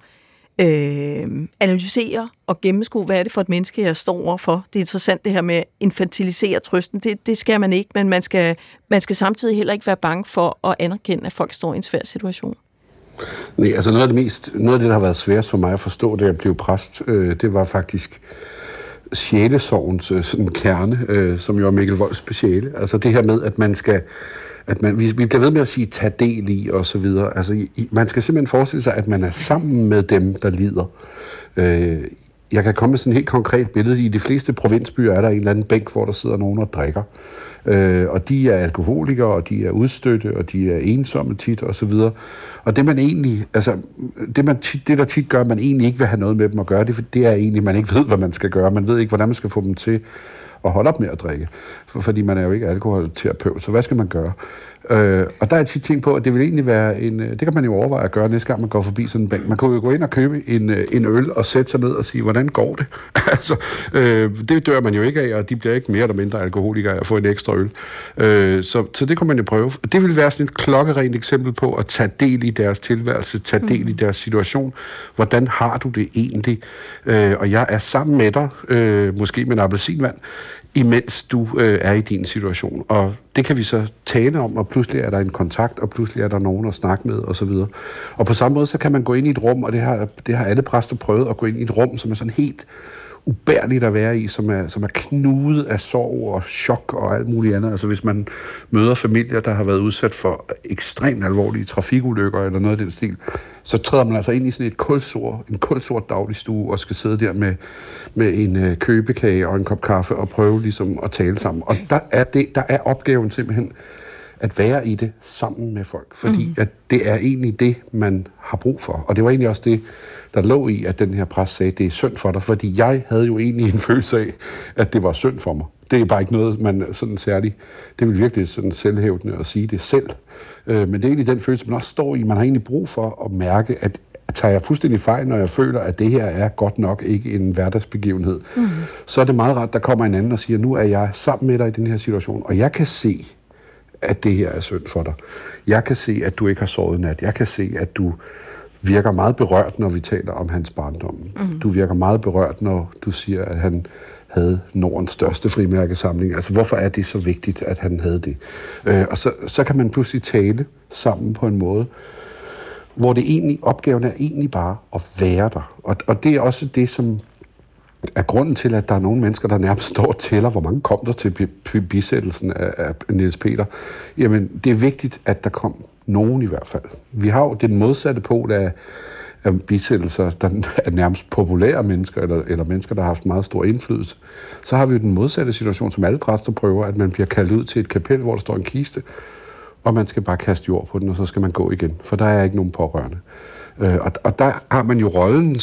analysere og gennemskue, hvad er det for et menneske, jeg står overfor. Det er interessant det her med at infantilisere trøsten. Det skal man ikke, men man skal samtidig heller ikke være bange for at anerkende, at folk står i en svær situation. Nej, altså noget af det, der har været sværest for mig at forstå, da jeg blev præst, det var faktisk sjælesorgens sådan kerne, som jo er Mikkel Wolfs speciale. Altså det her med, at vi bliver ved med at sige, tage del i, og så videre. Altså man skal simpelthen forestille sig, at man er sammen med dem, der lider. Jeg kan komme med sådan et helt konkret billede. I de fleste provinsbyer er der en eller anden bænk, hvor der sidder nogen og drikker. Og de er alkoholikere, og de er udstødte, og de er ensomme tit, og så videre. Og det man egentlig, altså, det der tit gør, at man egentlig ikke vil have noget med dem at gøre, det er egentlig, at man ikke ved, hvad man skal gøre. Man ved ikke, hvordan man skal få dem til at holde op med at drikke. Fordi man er jo ikke alkoholterapeut, så hvad skal man gøre? Og der er jeg tit tænkt på, at det vil egentlig være det kan man jo overveje at gøre næste gang, man går forbi sådan en bank. Man kan jo gå ind og købe en øl og sætte sig ned og sige, hvordan går det? Altså, det dør man jo ikke af, og de bliver ikke mere eller mindre alkoholikere af at få en ekstra øl. Så det kan man jo prøve. Det vil være sådan et klokkerent eksempel på at tage del i deres tilværelse, tage del i deres situation. Hvordan har du det egentlig? Og jeg er sammen med dig, måske med en appelsinvand, imens du er i din situation. Og det kan vi så tale om, og pludselig er der en kontakt, og pludselig er der nogen at snakke med, og så videre. Og på samme måde, så kan man gå ind i et rum, og det har alle præster prøvet at gå ind i et rum, som er sådan helt ubærligt at være i, som er knudet af sorg og chok og alt muligt andet. Altså hvis man møder familier, der har været udsat for ekstremt alvorlige trafikulykker eller noget af den stil, så træder man altså ind i sådan en kulsort dagligstue og skal sidde der med en købekage og en kop kaffe og prøve ligesom at tale sammen. Og der er opgaven simpelthen at være i det sammen med folk, fordi at det er egentlig det, man har brug for. Og det var egentlig også det, der lå i, at den her præst sagde, det er synd for dig, fordi jeg havde jo egentlig en følelse af, at det var synd for mig. Det er bare ikke noget, man sådan særligt, det vil virkelig sådan selvhævdende at sige det selv. Men det er egentlig den følelse, man også står i. Man har egentlig brug for at mærke, at tager jeg fuldstændig fejl, når jeg føler, at det her er godt nok ikke en hverdagsbegivenhed. Så er det meget rart, der kommer en anden og siger, nu er jeg sammen med dig i den her situation, og jeg kan se, at det her er synd for dig. Jeg kan se, at du ikke har sovet nat. Jeg kan se, at du virker meget berørt, når vi taler om hans barndom. Du virker meget berørt, når du siger, at han havde Nordens største frimærkesamling. Altså, hvorfor er det så vigtigt, at han havde det? Og så kan man pludselig tale sammen på en måde, hvor opgaven er egentlig bare at være der. Og det er også det, som er grunden til, at der er nogle mennesker, der nærmest står og tæller, hvor mange kom der til bisættelsen af Niels Peter. Jamen, det er vigtigt, at der kom nogen i hvert fald. Vi har jo den modsatte pol af bisættelser, der er nærmest populære mennesker, eller mennesker, der har haft meget stor indflydelse. Så har vi jo den modsatte situation, som alle præster prøver, at man bliver kaldt ud til et kapel, hvor der står en kiste, og man skal bare kaste jord på den, og så skal man gå igen, for der er ikke nogen pårørende. Og der har man jo rollen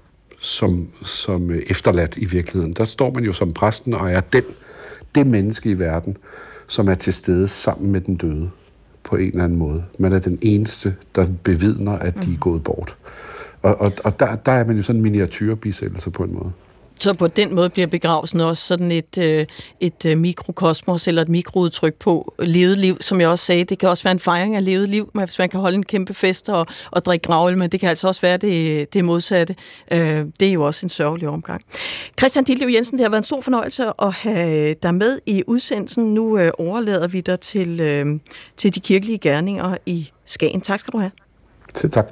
som efterladt i virkeligheden. Der står man jo som præsten og er det menneske i verden, som er til stede sammen med den døde på en eller anden måde. Man er den eneste, der bevidner, at de er gået bort. Og der er man jo sådan en miniatyrbisættelse på en måde. Så på den måde bliver begravelsen også sådan et mikrokosmos eller et mikroudtryk på levet liv, som jeg også sagde. Det kan også være en fejring af levet liv, hvis man kan holde en kæmpe fest og drikke gravøl, men det kan altså også være det modsatte. Det er jo også en sørgelig omgang. Christian Ditlev Jensen, det har været en stor fornøjelse at have dig med i udsendelsen. Nu overlader vi dig til de kirkelige gerninger i Skagen. Tak skal du have. Selv tak.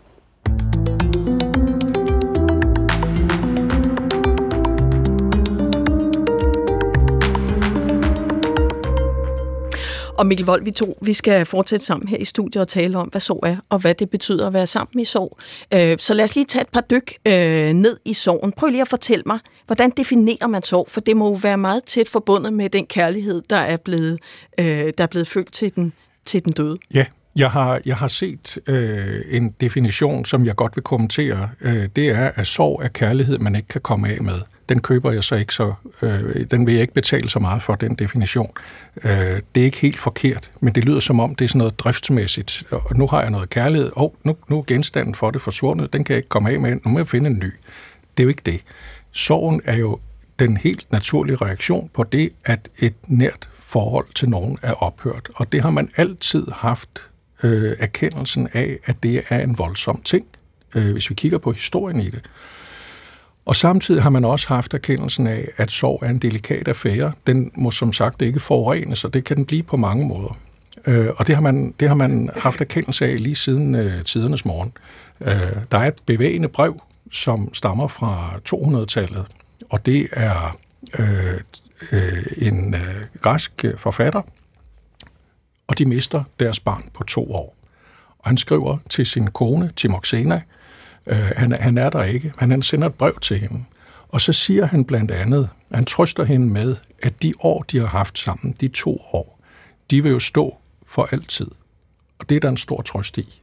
Og Mikkel Wold, vi skal fortsætte sammen her i studiet og tale om, hvad sorg er, og hvad det betyder at være sammen i sorg. Så lad os lige tage et par dyk ned i sorgen. Prøv lige at fortælle mig, hvordan definerer man sorg? For det må jo være meget tæt forbundet med den kærlighed, der er blevet følt til den døde. Ja, jeg har set en definition, som jeg godt vil kommentere. Det er, at sorg er kærlighed, man ikke kan komme af med. Den køber jeg så ikke den vil jeg ikke betale så meget for, den definition. Det er ikke helt forkert, men det lyder som om, det er sådan noget driftsmæssigt. Og nu har jeg noget kærlighed, nu er genstanden for det forsvundet, den kan jeg ikke komme af med, nu må jeg finde en ny. Det er jo ikke det. Sorgen er jo den helt naturlige reaktion på det, at et nært forhold til nogen er ophørt. Og det har man altid haft erkendelsen af, at det er en voldsom ting, hvis vi kigger på historien i det. Og samtidig har man også haft erkendelsen af, at sorg er en delikat affære. Den må som sagt ikke forurenes, og det kan den blive på mange måder. Og det har man haft erkendelse af lige siden tidernes morgen. Der er et bevægende brev, som stammer fra 200-tallet, og det er en græsk forfatter, og de mister deres barn på 2 år. Og han skriver til sin kone, Timoxena, han er der ikke, men han sender et brev til hende. Og så siger han blandt andet, han trøster hende med, at de år, de har haft sammen, de 2 år, de vil jo stå for altid. Og det er der en stor trøst i.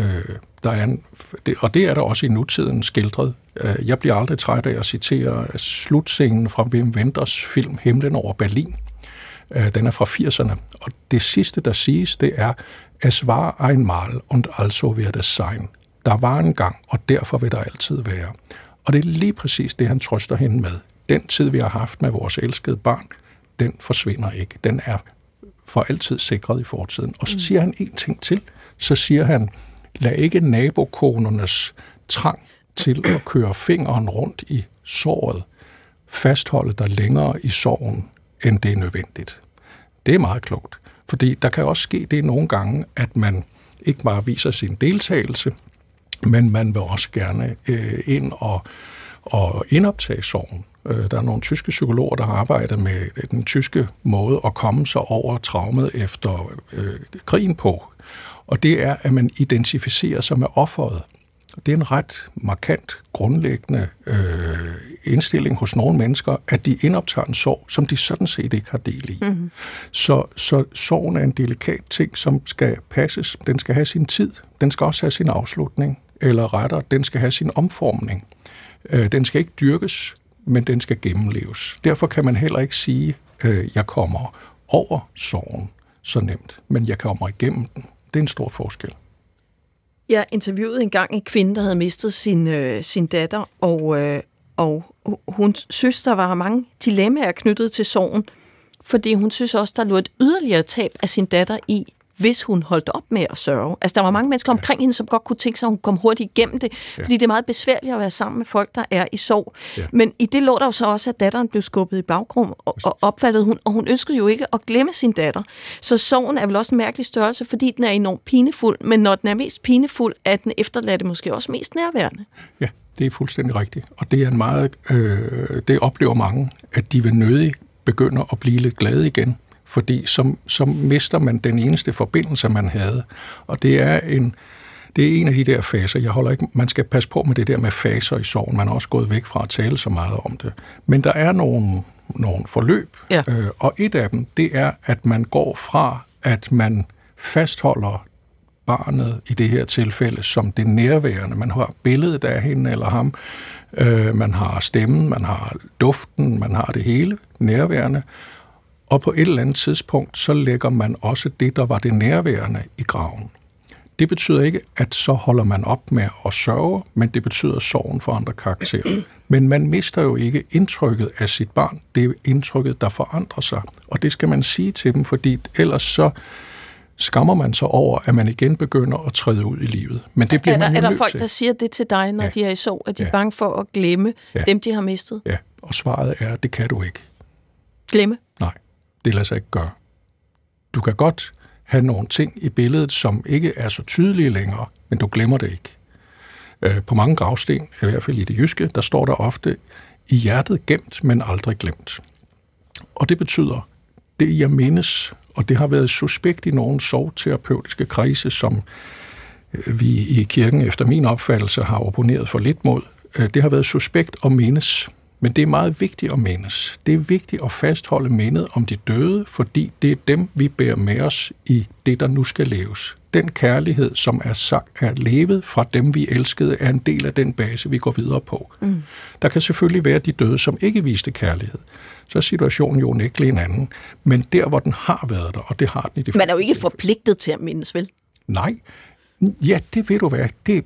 Og det er der også i nutiden skildret. Jeg bliver aldrig træt af at citere slutscenen fra Wim Wenders film Himlen over Berlin, Den er fra 80'erne. Og det sidste, der siges, det er, es war einmal und also wird es sein. Der var en gang, og derfor vil der altid være. Og det er lige præcis det, han trøster hende med. Den tid, vi har haft med vores elskede barn, den forsvinder ikke. Den er for altid sikret i fortiden. Og så siger han en ting til. Så siger han, lad ikke nabokonernes trang til at køre fingeren rundt i såret fastholde dig længere i sorgen, end det er nødvendigt. Det er meget klogt, fordi der kan også ske det nogle gange, at man ikke bare viser sin deltagelse, men man vil også gerne ind og indoptage sorgen. Der er nogle tyske psykologer, der har arbejdet med den tyske måde at komme sig over traumet efter krigen på. Og det er, at man identificerer sig med offeret. Det er en ret markant, grundlæggende indstilling hos nogle mennesker, at de indoptager en sorg, som de sådan set ikke har del i. Mm-hmm. Så sorgen er en delikat ting, som skal passes. Den skal have sin tid. Den skal også have sin afslutning. Eller rettere, den skal have sin omformning. Den skal ikke dyrkes, men den skal gennemleves. Derfor kan man heller ikke sige, jeg kommer over sorgen så nemt, men jeg kommer igennem den. Det er en stor forskel. Jeg interviewede engang en kvinde, der havde mistet sin datter, og hun synes, der var mange dilemmaer knyttet til sorgen, fordi hun synes også, der lå et yderligere tab af sin datter i, hvis hun holdt op med at sørge. Altså, der var mange mennesker omkring hende, som godt kunne tænke sig, at hun kom hurtigt igennem det, fordi det er meget besværligt at være sammen med folk, der er i sorg. Ja. Men i det lå der jo så også, at datteren blev skubbet i baggrund, og opfattede hun, og hun ønskede jo ikke at glemme sin datter. Så sorgen er vel også en mærkelig størrelse, fordi den er enormt pinefuld, men når den er mest pinefuld, er den efterladte måske også mest nærværende. Ja, det er fuldstændig rigtigt. Og det er en meget, det oplever mange, at de vil nødig begynde at blive lidt glade igen, fordi så mister man den eneste forbindelse, man havde. Og det er en af de der faser. Man skal passe på med det der med faser i sorgen. Man er også gået væk fra at tale så meget om det. Men der er nogle forløb, og et af dem, det er, at man går fra, at man fastholder barnet i det her tilfælde som det nærværende. Man har billedet af hende eller ham, man har stemmen, man har duften, man har det hele nærværende. Og på et eller andet tidspunkt, så lægger man også det, der var det nærværende i graven. Det betyder ikke, at så holder man op med at sørge, men det betyder sorgen for andre karakterer. Men man mister jo ikke indtrykket af sit barn. Det er indtrykket, der forandrer sig. Og det skal man sige til dem, fordi ellers så skammer man sig over, at man igen begynder at træde ud i livet. Men det bliver man jo nødt til. Er der folk, der siger det til dig, når de er i sorg, at de er bange for at glemme dem, de har mistet? Ja, og svaret er, at det kan du ikke. Glemme? Nej, det lader sig ikke gøre. Du kan godt have nogle ting i billedet, som ikke er så tydelige længere, men du glemmer det ikke. På mange gravsten, i hvert fald i det jyske, der står der ofte i hjertet gemt, men aldrig glemt. Og det betyder, det jeg mindes, og det har været suspekt i nogle sorgterapeutiske kredse, som vi i kirken efter min opfattelse har opponeret for lidt mod. Det har været suspekt at mindes, men det er meget vigtigt at mindes. Det er vigtigt at fastholde mindet om de døde, fordi det er dem, vi bærer med os i det, der nu skal leves. Den kærlighed, som er levet fra dem, vi elskede, er en del af den base, vi går videre på. Mm. Der kan selvfølgelig være de døde, som ikke viste kærlighed. Så er situationen jo ikke en anden. Men der, hvor den har været der, og det har den i det. Man er jo ikke forpligtet til at mindes, vel? Nej. Ja, det ved du hvad. Det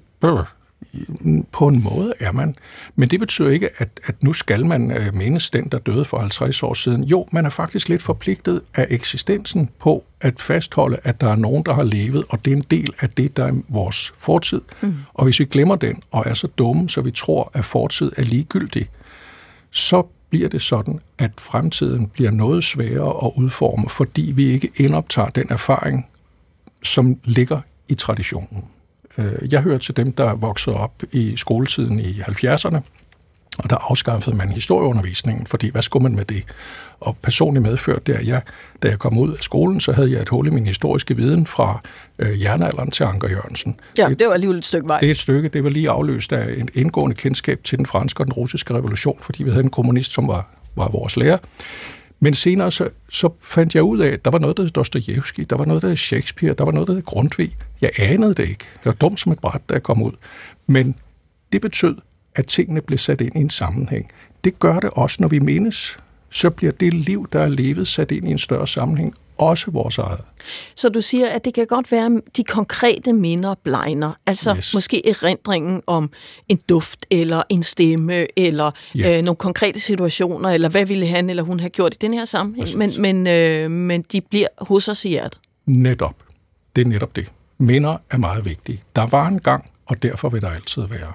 på en måde er man. Men det betyder ikke, at nu skal man mindes den, der døde for 50 år siden. Jo, man er faktisk lidt forpligtet af eksistensen på at fastholde, at der er nogen, der har levet, og det er en del af det, der er vores fortid. Mm. Og hvis vi glemmer den, og er så dumme, så vi tror, at fortid er ligegyldig, så bliver det sådan, at fremtiden bliver noget sværere at udforme, fordi vi ikke indoptager den erfaring, som ligger i traditionen. Jeg hører til dem, der voksede op i skoletiden i 70'erne, og der afskaffede man historieundervisningen, fordi hvad skulle man med det? Og personligt medført der, da jeg kom ud af skolen, så havde jeg et hul i min historiske viden fra jernalderen til Anker Jørgensen. Ja, det var alligevel et stykke vej. Det er et stykke, det var lige afløst af en indgående kendskab til den franske og den russiske revolution, fordi vi havde en kommunist, som var vores lærer. Men senere så fandt jeg ud af, at der var noget, der hed Dostojevskij, der var noget, der hed Shakespeare, der var noget, der hed Grundtvig. Jeg anede det ikke. Det var dumt som et bræt, da jeg kom ud. Men det betød, at tingene blev sat ind i en sammenhæng. Det gør det også, når vi mindes. så bliver det liv, der er levet, sat ind i en større sammenhæng, også vores eget. Så du siger, at det kan godt være, at de konkrete minder blegner, altså måske erindringen om en duft, eller en stemme, eller nogle konkrete situationer, eller hvad ville han eller hun have gjort i den her sammenhæng, men de bliver hos os i hjertet. Netop. Det er netop det. Minder er meget vigtige. Der var en gang, og derfor vil der altid være.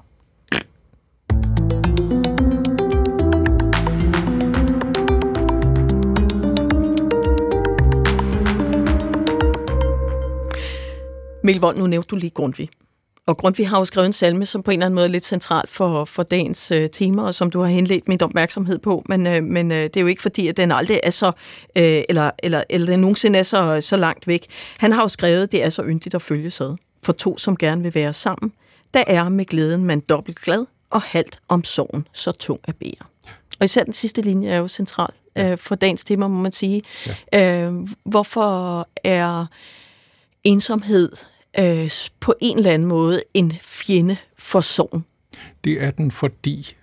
Mikkel Wold, nu nævnte du lige Grundtvig. Og Grundtvig har jo skrevet en salme, som på en eller anden måde er lidt central for dagens tema, og som du har henledt min opmærksomhed på. Men det er jo ikke fordi, at den aldrig er så, eller den nogensinde er så langt væk. Han har jo skrevet, det er så yndigt at følges ad. For to, som gerne vil være sammen. Der er med glæden man dobbelt glad, og halvt om sorgen så tung at bære. Og især den sidste linje er jo central for dagens tema, må man sige. Ja. Hvorfor er ensomhed på en eller anden måde en fjende for sorgen? Det er den, fordi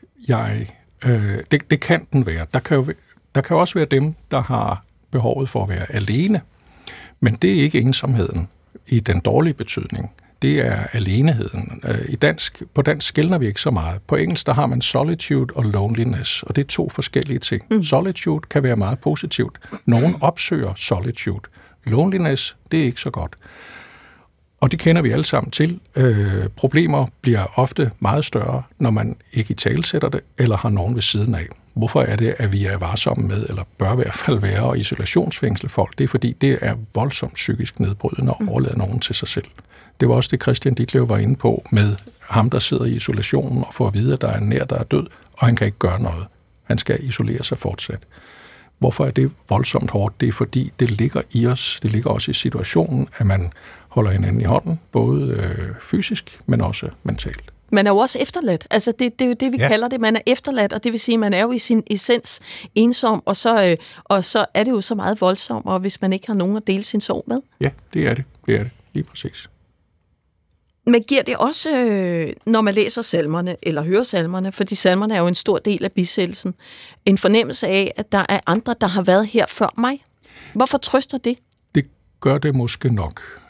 det kan den være. Der kan også være dem, der har behovet for at være alene, men det er ikke ensomheden i den dårlige betydning. Det er aleneheden. På dansk skelner vi ikke så meget. På engelsk der har man solitude og loneliness, og det er to forskellige ting. Solitude kan være meget positivt. Nogen opsøger solitude. Loneliness, det er ikke så godt. Og det kender vi alle sammen til. Problemer bliver ofte meget større, når man ikke italesætter det, eller har nogen ved siden af. Hvorfor er det, at vi er varsomme med, eller bør i hvert fald være, og isolationsfængsle folk? Det er fordi, det er voldsomt psykisk nedbrydende at overlade nogen til sig selv. Det var også det, Christian Ditlev var inde på med ham, der sidder i isolationen og får at vide, at der er en nær, der er død, og han kan ikke gøre noget. Han skal isolere sig fortsat. Hvorfor er det voldsomt hårdt? Det er fordi, det ligger i os, det ligger også i situationen, at man holder hinanden i hånden, både fysisk, men også mentalt. Man er jo også efterladt. Altså det er jo det, vi kalder det. Man er efterladt, og det vil sige, at man er jo i sin essens ensom, og så er det jo så meget voldsomt, hvis man ikke har nogen at dele sin sorg med. Ja, det er det. Det er det. Lige præcis. Men giver det også, når man læser salmerne, eller hører salmerne, fordi salmerne er jo en stor del af bisættelsen, en fornemmelse af, at der er andre, der har været her før mig? Hvorfor trøster det? Det gør det måske nok.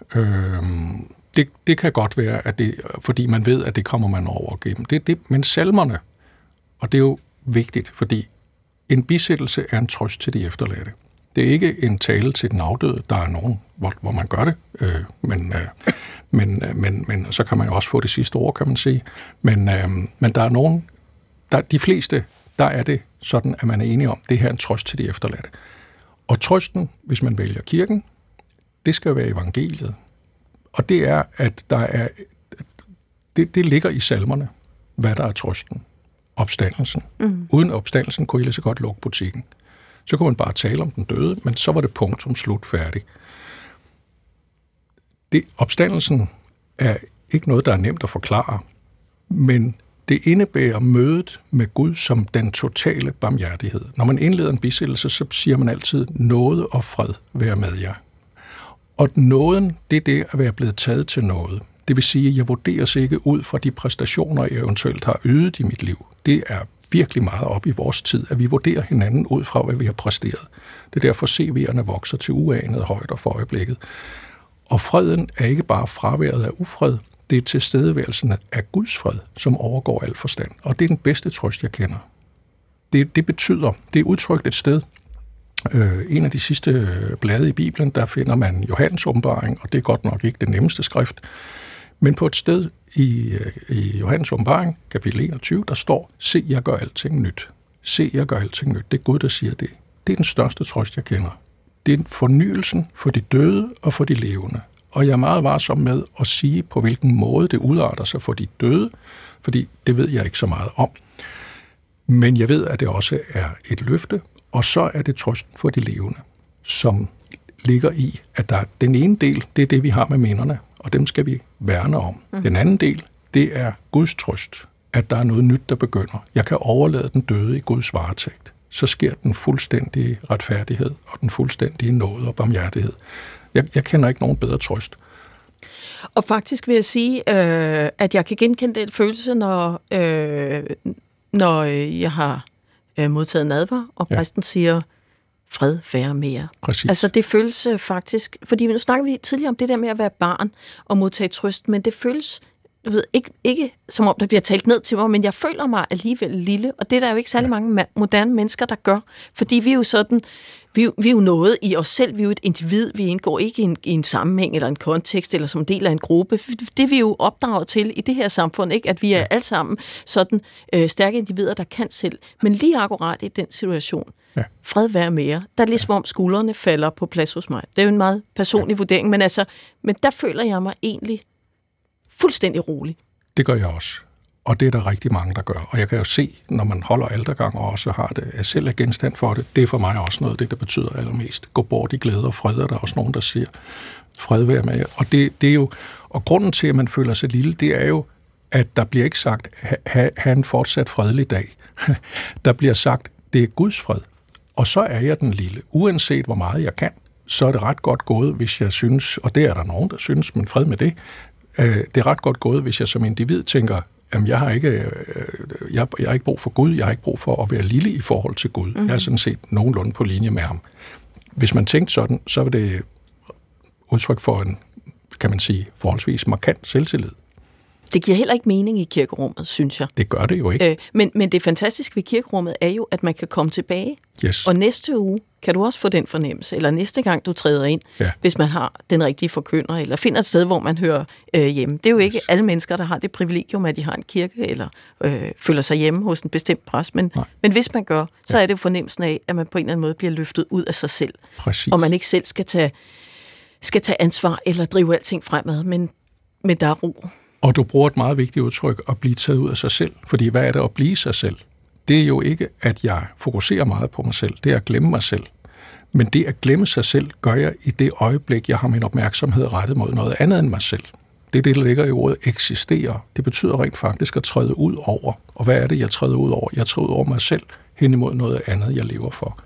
Det kan godt være, at det, fordi man ved, at det kommer man over gennem. Men salmerne, og det er jo vigtigt, fordi en bisættelse er en trøst til de efterladte. Det er ikke en tale til den afdøde. Der er nogen, hvor man gør det, men så kan man jo også få det sidste ord, kan man sige. Men der er nogen, de fleste, der er det sådan, at man er enige om, det her er en trøst til de efterladte. Og trøsten, hvis man vælger kirken, det skal være evangeliet. Og det er, at det ligger i salmerne, hvad der er trøsten. Opstandelsen. Uden opstandelsen kunne I lige så godt lukke butikken. Så kunne man bare tale om den døde, men så var det punktum slut færdig. Opstandelsen er ikke noget, der er nemt at forklare, men det indebærer mødet med Gud som den totale barmhjertighed. Når man indleder en bisættelse, så siger man altid, nåde og fred være med jer. Og nåden, det er det at være blevet taget til noget. Det vil sige, at jeg vurderes ikke ud fra de præstationer, jeg eventuelt har ydet i mit liv. Det er virkelig meget op i vores tid, at vi vurderer hinanden ud fra, hvad vi har præsteret. Det er derfor CV'erne vokser til uanede højder for øjeblikket. Og freden er ikke bare fraværet af ufred, det er tilstedeværelsen af Guds fred, som overgår al forstand. Og det er den bedste trøst, jeg kender. Det betyder, det er udtrykt et sted. En af de sidste blade i Bibelen, der finder man Johannes åbenbaring, og det er godt nok ikke det nemmeste skrift. Men på et sted i Johannes åbenbaring, kapitel 21, der står, se, jeg gør alting nyt. Se, jeg gør alting nyt. Det er Gud, der siger det. Det er den største trøst, jeg kender. Det er fornyelsen for de døde og for de levende. Og jeg er meget varsom med at sige, på hvilken måde det udarter sig for de døde, fordi det ved jeg ikke så meget om. Men jeg ved, at det også er et løfte, og så er det trøsten for de levende, som ligger i, at der er den ene del, det er det, vi har med minderne, og dem skal vi værne om. Den anden del, det er Guds trøst, at der er noget nyt, der begynder. Jeg kan overlade den døde i Guds varetægt. Så sker den fuldstændige retfærdighed og den fuldstændige nåde og barmhjertighed. Jeg kender ikke nogen bedre trøst. Og faktisk vil jeg sige, at jeg kan genkende den følelse, når jeg har modtaget nadver, og præsten siger, fred være mere. Præcis. Altså det føles faktisk, fordi nu snakker vi tidligere om det der med at være barn og modtage trøst, men det føles, jeg ved, ikke som om der bliver talt ned til mig, men jeg føler mig alligevel lille, og det er der jo ikke særlig mange moderne mennesker, der gør, fordi vi er jo sådan, vi er jo noget i os selv, vi er jo et individ, vi indgår ikke i en sammenhæng eller en kontekst, eller som del af en gruppe. Det er vi jo opdraget til i det her samfund, ikke? At vi er alle sammen sådan stærke individer, der kan selv. Men lige akkurat i den situation, fred være mere, der er ligesom om skuldrene falder på plads hos mig. Det er jo en meget personlig vurdering, men der føler jeg mig egentlig fuldstændig rolig. Det gør jeg også. Og det er der rigtig mange, der gør. Og jeg kan jo se, når man holder altergang og også har det, at selv er genstand for det, det er for mig også noget af det, der betyder allermest. Gå bort i glæde og fred, er der også nogen, der siger, fred være med. Og det er jo, og grunden til, at man føler sig lille, det er jo, at der bliver ikke sagt, have en fortsat fredelig dag. Der bliver sagt, det er Guds fred. Og så er jeg den lille. Uanset hvor meget jeg kan, så er det ret godt gået, hvis jeg synes, og det er der nogen, der synes, men fred med det, det er ret godt gået, hvis jeg som individ tænker, jamen jeg har ikke brug for Gud, jeg har ikke brug for at være lille i forhold til Gud. Jeg er sådan set nogenlunde på linje med ham. Hvis man tænkte sådan, så var det udtryk for en, kan man sige, forholdsvis markant selvtillid. Det giver heller ikke mening i kirkerummet, synes jeg. Det gør det jo ikke. Men det fantastiske ved kirkerummet er jo, at man kan komme tilbage. Yes. Og næste uge kan du også få den fornemmelse, eller næste gang du træder ind, hvis man har den rigtige forkynder, eller finder et sted, hvor man hører hjemme. Det er jo ikke alle mennesker, der har det privilegium, at de har en kirke, eller føler sig hjemme hos en bestemt præst. Men hvis man gør, så er det jo fornemmelsen af, at man på en eller anden måde bliver løftet ud af sig selv. Præcis. Og man ikke selv skal tage ansvar, eller drive alting fremad, men der er ro. Og du bruger et meget vigtigt udtryk, at blive taget ud af sig selv. Fordi hvad er det at blive sig selv? Det er jo ikke, at jeg fokuserer meget på mig selv. Det er at glemme mig selv. Men det at glemme sig selv, gør jeg i det øjeblik, jeg har min opmærksomhed rettet mod noget andet end mig selv. Det er det, der ligger i ordet eksistere. Det betyder rent faktisk at træde ud over. Og hvad er det, jeg træder ud over? Jeg træder ud over mig selv hen imod noget andet, jeg lever for.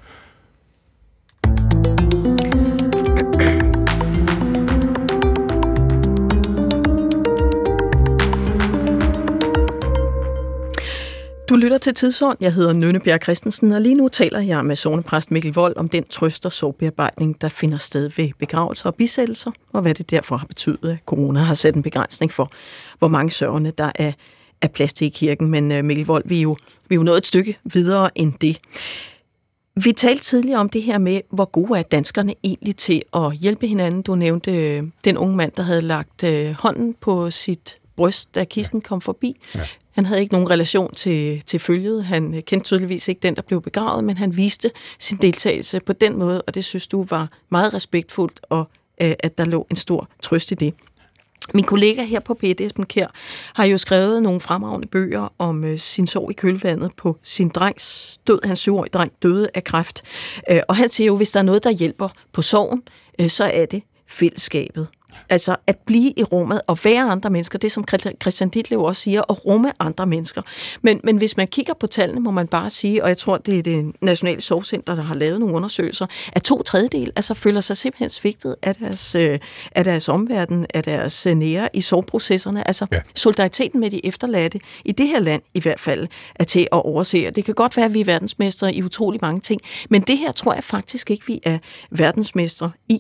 Du lytter til Tidsånd. Jeg hedder Nynne Bjerg Christensen, og lige nu taler jeg med sognepræst Mikkel Wold om den trøst- og sorgbearbejdning, der finder sted ved begravelser og bisættelser, og hvad det derfor har betydet, at corona har sat en begrænsning for, hvor mange sørgende der er plads til i kirken. Men Mikkel Wold, vi er jo nået et stykke videre end det. Vi talte tidligere om det her med, hvor gode er danskerne egentlig til at hjælpe hinanden. Du nævnte den unge mand, der havde lagt hånden på sit bryst, da kisten kom forbi. Ja. Han havde ikke nogen relation til følget. Han kendte tydeligvis ikke den, der blev begravet, men han viste sin deltagelse på den måde, og det synes du var meget respektfuldt, og at der lå en stor trøst i det. Min kollega her på P1, Esben Kjær, har jo skrevet nogle fremragende bøger om sin sorg i kølvandet på sin drengs død. Hans 7-årige dreng døde af kræft. Og han siger jo, hvis der er noget, der hjælper på sorgen, så er det fællesskabet. Altså at blive i rummet og være andre mennesker, det som Christian Ditlev også siger, at rumme andre mennesker. Men hvis man kigger på tallene, må man bare sige, og jeg tror, det er det Nationale Sorgcenter, der har lavet nogle undersøgelser, at 2/3 altså føler sig simpelthen svigtet af deres omverden, af deres nære i sorgprocesserne. Altså solidariteten med de efterladte, i det her land i hvert fald, er til at overse. Det kan godt være, at vi er verdensmestre i utrolig mange ting, men det her tror jeg faktisk ikke, vi er verdensmestre i.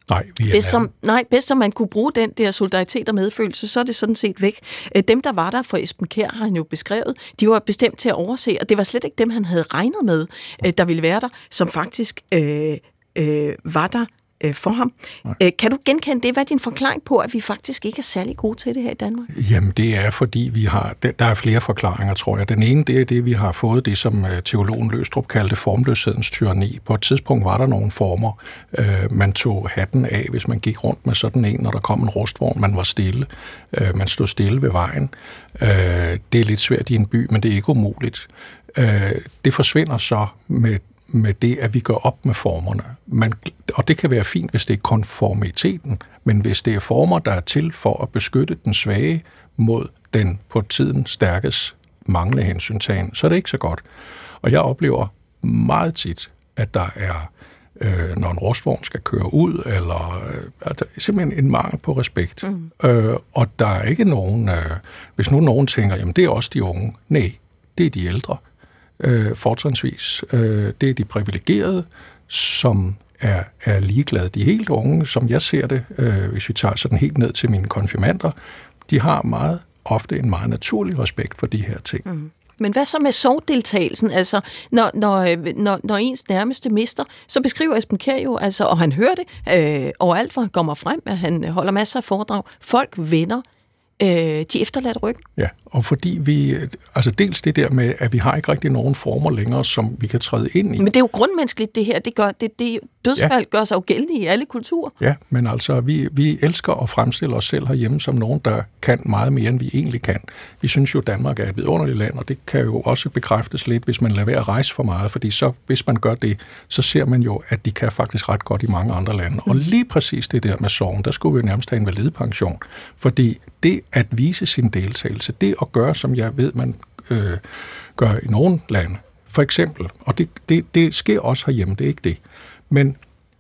Nej, bedst om man kunne bruge den der solidaritet og medfølelse, så er det sådan set væk. Dem, der var der for Esben Kjær, har han jo beskrevet, de var bestemt til at overse, og det var slet ikke dem, han havde regnet med, der ville være der, som faktisk var der for ham. Kan du genkende det? Hvad er din forklaring på, at vi faktisk ikke er særlig gode til det her i Danmark? Jamen, det er, fordi der er flere forklaringer, tror jeg. Den ene, det er det, vi har fået, det som teologen Løgstrup kaldte formløshedens tyranni. På et tidspunkt var der nogle former. Man tog hatten af, hvis man gik rundt med sådan en, når der kom en rustvogn. Man var stille. Man stod stille ved vejen. Det er lidt svært i en by, men det er ikke umuligt. Det forsvinder så med det, at vi går op med formerne. Og det kan være fint, hvis det er konformiteten, men hvis det er former, der er til for at beskytte den svage mod den på tiden stærkes manglende hensyntagen, så er det ikke så godt. Og jeg oplever meget tit, at der er, når en rustvogn skal køre ud, eller simpelthen en mangel på respekt. Og der er ikke nogen, hvis nu nogen tænker, jamen det er også de unge. Nej, det er de ældre. fortrinsvis. Det er de privilegerede, som er ligeglade. De helt unge, som jeg ser det, hvis vi tager sådan helt ned til mine konfirmander, de har meget ofte en meget naturlig respekt for de her ting. Mm. Men hvad så med sorgdeltagelsen? Altså, når ens nærmeste mister, så beskriver Esben Kjær jo, altså, og han hører det overalt, hvor han kommer frem, at han holder masser af foredrag. Folk vender de efterladte ryggen. Ja, og fordi vi, altså dels det der med, at vi har ikke rigtig nogen former længere, som vi kan træde ind i. Men det er jo grundmenneskeligt, det her. Dødsfald gør sig jo gældende i alle kulturer. Ja, men altså, vi elsker at fremstille os selv herhjemme som nogen, der kan meget mere, end vi egentlig kan. Vi synes jo, at Danmark er et vidunderligt land, og det kan jo også bekræftes lidt, hvis man lader være at rejse for meget, fordi så, hvis man gør det, så ser man jo, at de kan faktisk ret godt i mange andre lande. Og lige præcis det der med sorgen, der skulle vi jo nærmest have en validepension, fordi det at vise sin deltagelse, det at gøre, som jeg ved, man gør i nogle lande, for eksempel, og det sker også herhjemme, det er ikke det, men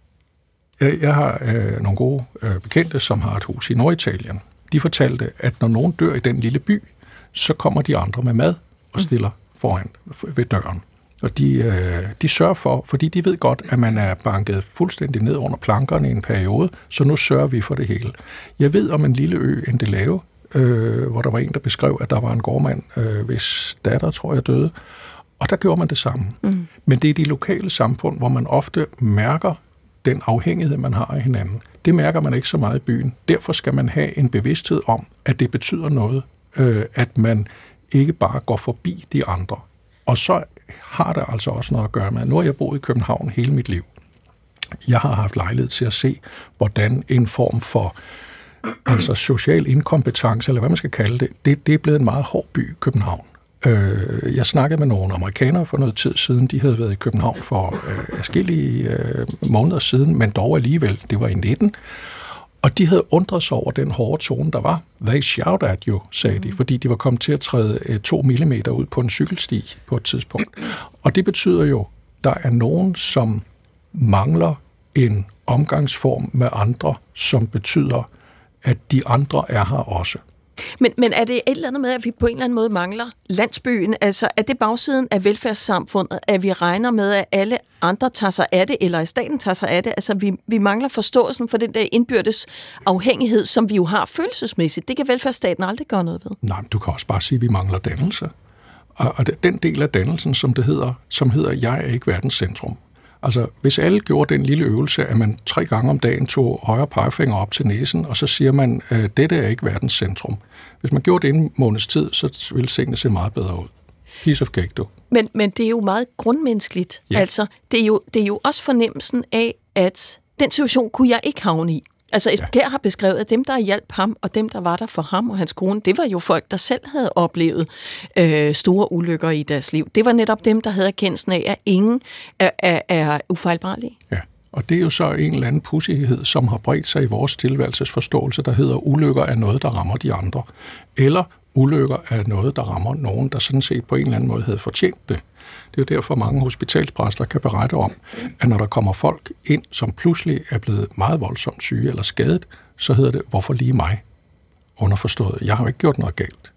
jeg har nogle gode bekendte, som har et hus i Norditalien. De fortalte, at når nogen dør i den lille by, så kommer de andre med mad og stiller foran ved døren. Og de sørger for, fordi de ved godt, at man er banket fuldstændig ned under plankerne i en periode, så nu sørger vi for det hele. Jeg ved om en lille ø, Endelave, hvor der var en, der beskrev, at der var en gårdmand, hvis datter, tror jeg, døde. Og der gjorde man det samme. Mm. Men det er de lokale samfund, hvor man ofte mærker den afhængighed, man har af hinanden. Det mærker man ikke så meget i byen. Derfor skal man have en bevidsthed om, at det betyder noget, at man ikke bare går forbi de andre. Og så har det altså også noget at gøre med, nu har jeg boet i København hele mit liv. Jeg har haft lejlighed til at se, hvordan en form for altså social inkompetence, eller hvad man skal kalde det, det er blevet en meget hård by, København. Jeg snakkede med nogle amerikanere for noget tid siden. De havde været i København for adskillige måneder siden, men dog alligevel, det var i 19. Og de havde undret sig over den hårde tone, der var. They shout at you, sagde de, fordi de var kommet til at træde 2 millimeter ud på en cykelsti på et tidspunkt. Og det betyder jo, der er nogen, som mangler en omgangsform med andre, som betyder, at de andre er her også. Men er det et eller andet med, at vi på en eller anden måde mangler landsbyen? Altså, er det bagsiden af velfærdssamfundet, at vi regner med, at alle andre tager sig af det, eller at staten tager sig af det? Altså, vi mangler forståelsen for den der indbyrdes afhængighed, som vi jo har følelsesmæssigt. Det kan velfærdsstaten aldrig gøre noget ved. Nej, men du kan også bare sige, at vi mangler dannelse. Og den del af dannelsen, som hedder, jeg er ikke verdens centrum. Altså, hvis alle gjorde den lille øvelse, at man 3 gange om dagen tog højre pegefinger op til næsen, og så siger man, dette er ikke verdens centrum. Hvis man gjorde det en måneds tid, så ville tingene se meget bedre ud. Piece of cake, du. Men det er jo meget grundmenneskeligt. Ja. Altså, det er jo også fornemmelsen af, at den situation kunne jeg ikke havne i. Altså, Esben Kjær har beskrevet, at dem, der hjalp ham, og dem, der var der for ham og hans kone, det var jo folk, der selv havde oplevet store ulykker i deres liv. Det var netop dem, der havde erkendelsen af, at ingen er ufejlbarlige. Ja, og det er jo så en eller anden pudsighed, som har bredt sig i vores tilværelsesforståelse, der hedder, ulykker er noget, der rammer de andre. Eller ulykker er noget, der rammer nogen, der sådan set på en eller anden måde havde fortjent det. Det er jo derfor, mange hospitalspræster kan berette om, at når der kommer folk ind, som pludselig er blevet meget voldsomt syge eller skadet, så hedder det, hvorfor lige mig? Underforstået, jeg har jo ikke gjort noget galt.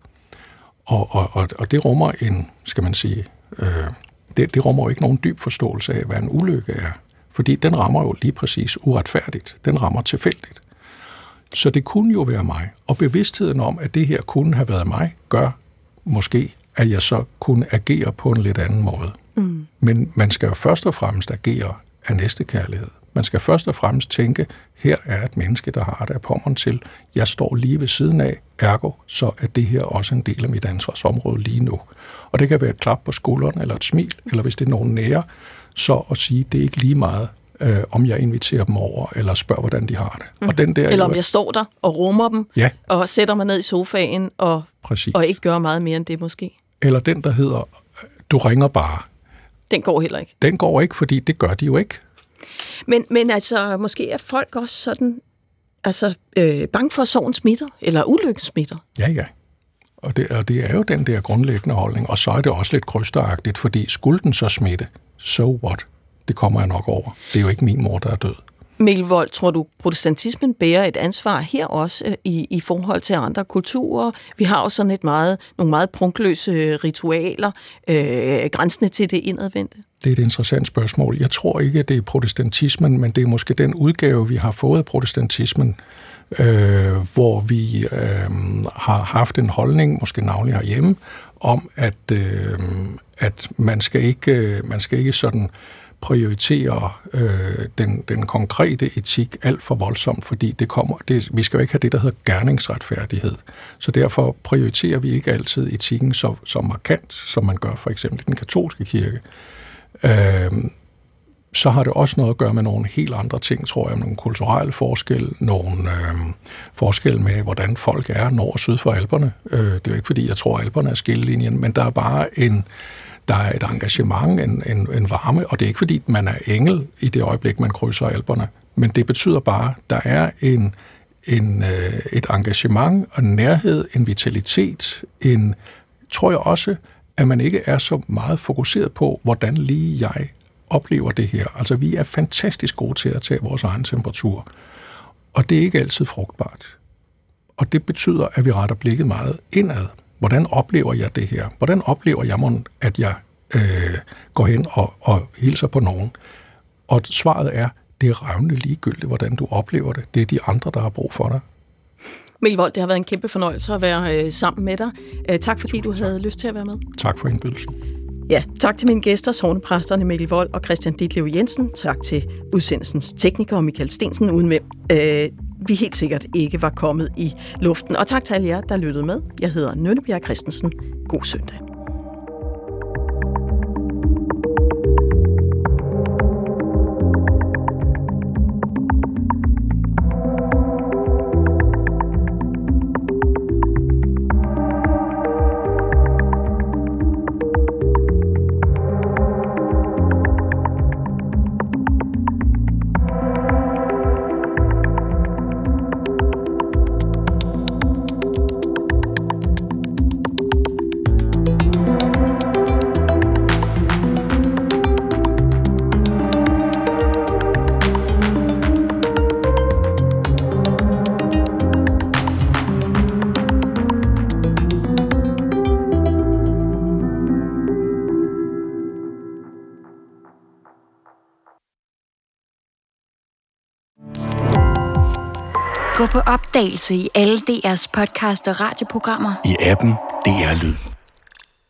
Og det rummer en, skal man sige, det rummer jo ikke nogen dyb forståelse af, hvad en ulykke er. Fordi den rammer jo lige præcis uretfærdigt. Den rammer tilfældigt. Så det kunne jo være mig. Og bevidstheden om, at det her kunne have været mig, gør måske, at jeg så kunne agere på en lidt anden måde. Mm. Men man skal jo først og fremmest agere af næstekærlighed. Man skal først og fremmest tænke, her er et menneske, der har det af pommern til. Jeg står lige ved siden af, ergo, så er det her også en del af mit ansvarsområde lige nu. Og det kan være et klap på skulderen, eller et smil, eller hvis det er nogen nære, så at sige, det er ikke lige meget, om jeg inviterer dem over, eller spørger, hvordan de har det. Mm. Og den der, eller om jeg står der og rummer dem, ja, og sætter mig ned i sofaen, og ikke gør meget mere end det måske. Eller den, der hedder, du ringer bare. Den går heller ikke. Den går ikke, fordi det gør de jo ikke. Men altså, måske er folk også sådan, altså, bange for, at sorgen smitter, eller ulykken smitter. Ja. Og det er jo den der grundlæggende holdning, og så er det også lidt krydsteragtigt, fordi skulle den så smitte, so what? Det kommer jeg nok over. Det er jo ikke min mor, der er død. Mikkel Wold, tror du, protestantismen bærer et ansvar her også i forhold til andre kulturer? Vi har jo sådan nogle meget prunkløse ritualer, grænsende til det indadvendte. Det er et interessant spørgsmål. Jeg tror ikke, det er protestantismen, men det er måske den udgave, vi har fået af protestantismen, hvor vi har haft en holdning, måske navnlig herhjemme, om at man skal ikke sådan prioritere den konkrete etik alt for voldsomt, fordi vi skal jo ikke have det, der hedder gerningsretfærdighed. Så derfor prioriterer vi ikke altid etikken så markant, som man gør for eksempel i den katolske kirke. Så har det også noget at gøre med nogle helt andre ting, tror jeg, nogle kulturelle forskelle, nogle forskelle med, hvordan folk er nord og syd for Alperne. Det er jo ikke, fordi jeg tror, at Alperne er skillelinjen, men der er bare der er et engagement, en varme, og det er ikke, fordi man er engel i det øjeblik, man krydser Alperne, men det betyder bare, at der er et engagement, en nærhed, en vitalitet, tror jeg også, at man ikke er så meget fokuseret på, hvordan lige jeg oplever det her. Altså, vi er fantastisk gode til at tage vores egen temperatur, og det er ikke altid frugtbart. Og det betyder, at vi retter blikket meget indad. Hvordan oplever jeg det her? Hvordan oplever jeg, at jeg går hen og hilser på nogen? Og svaret er, det er revnende ligegyldigt, hvordan du oplever det. Det er de andre, der har brug for dig. Mikkel Wold, det har været en kæmpe fornøjelse at være sammen med dig. Tak fordi du havde lyst til at være med. Tak for indbydelsen. Ja, tak til mine gæster, sognepræsterne Mikkel Wold og Christian Ditlev Jensen. Tak til udsendelsens tekniker Michael Stensen, uden hvem vi helt sikkert ikke var kommet i luften. Og tak til alle jer, der lyttede med. Jeg hedder Nynne Bjerg Christensen. God søndag. Gå på opdagelse i alle DR's podcast og radioprogrammer. I appen DR Lyd.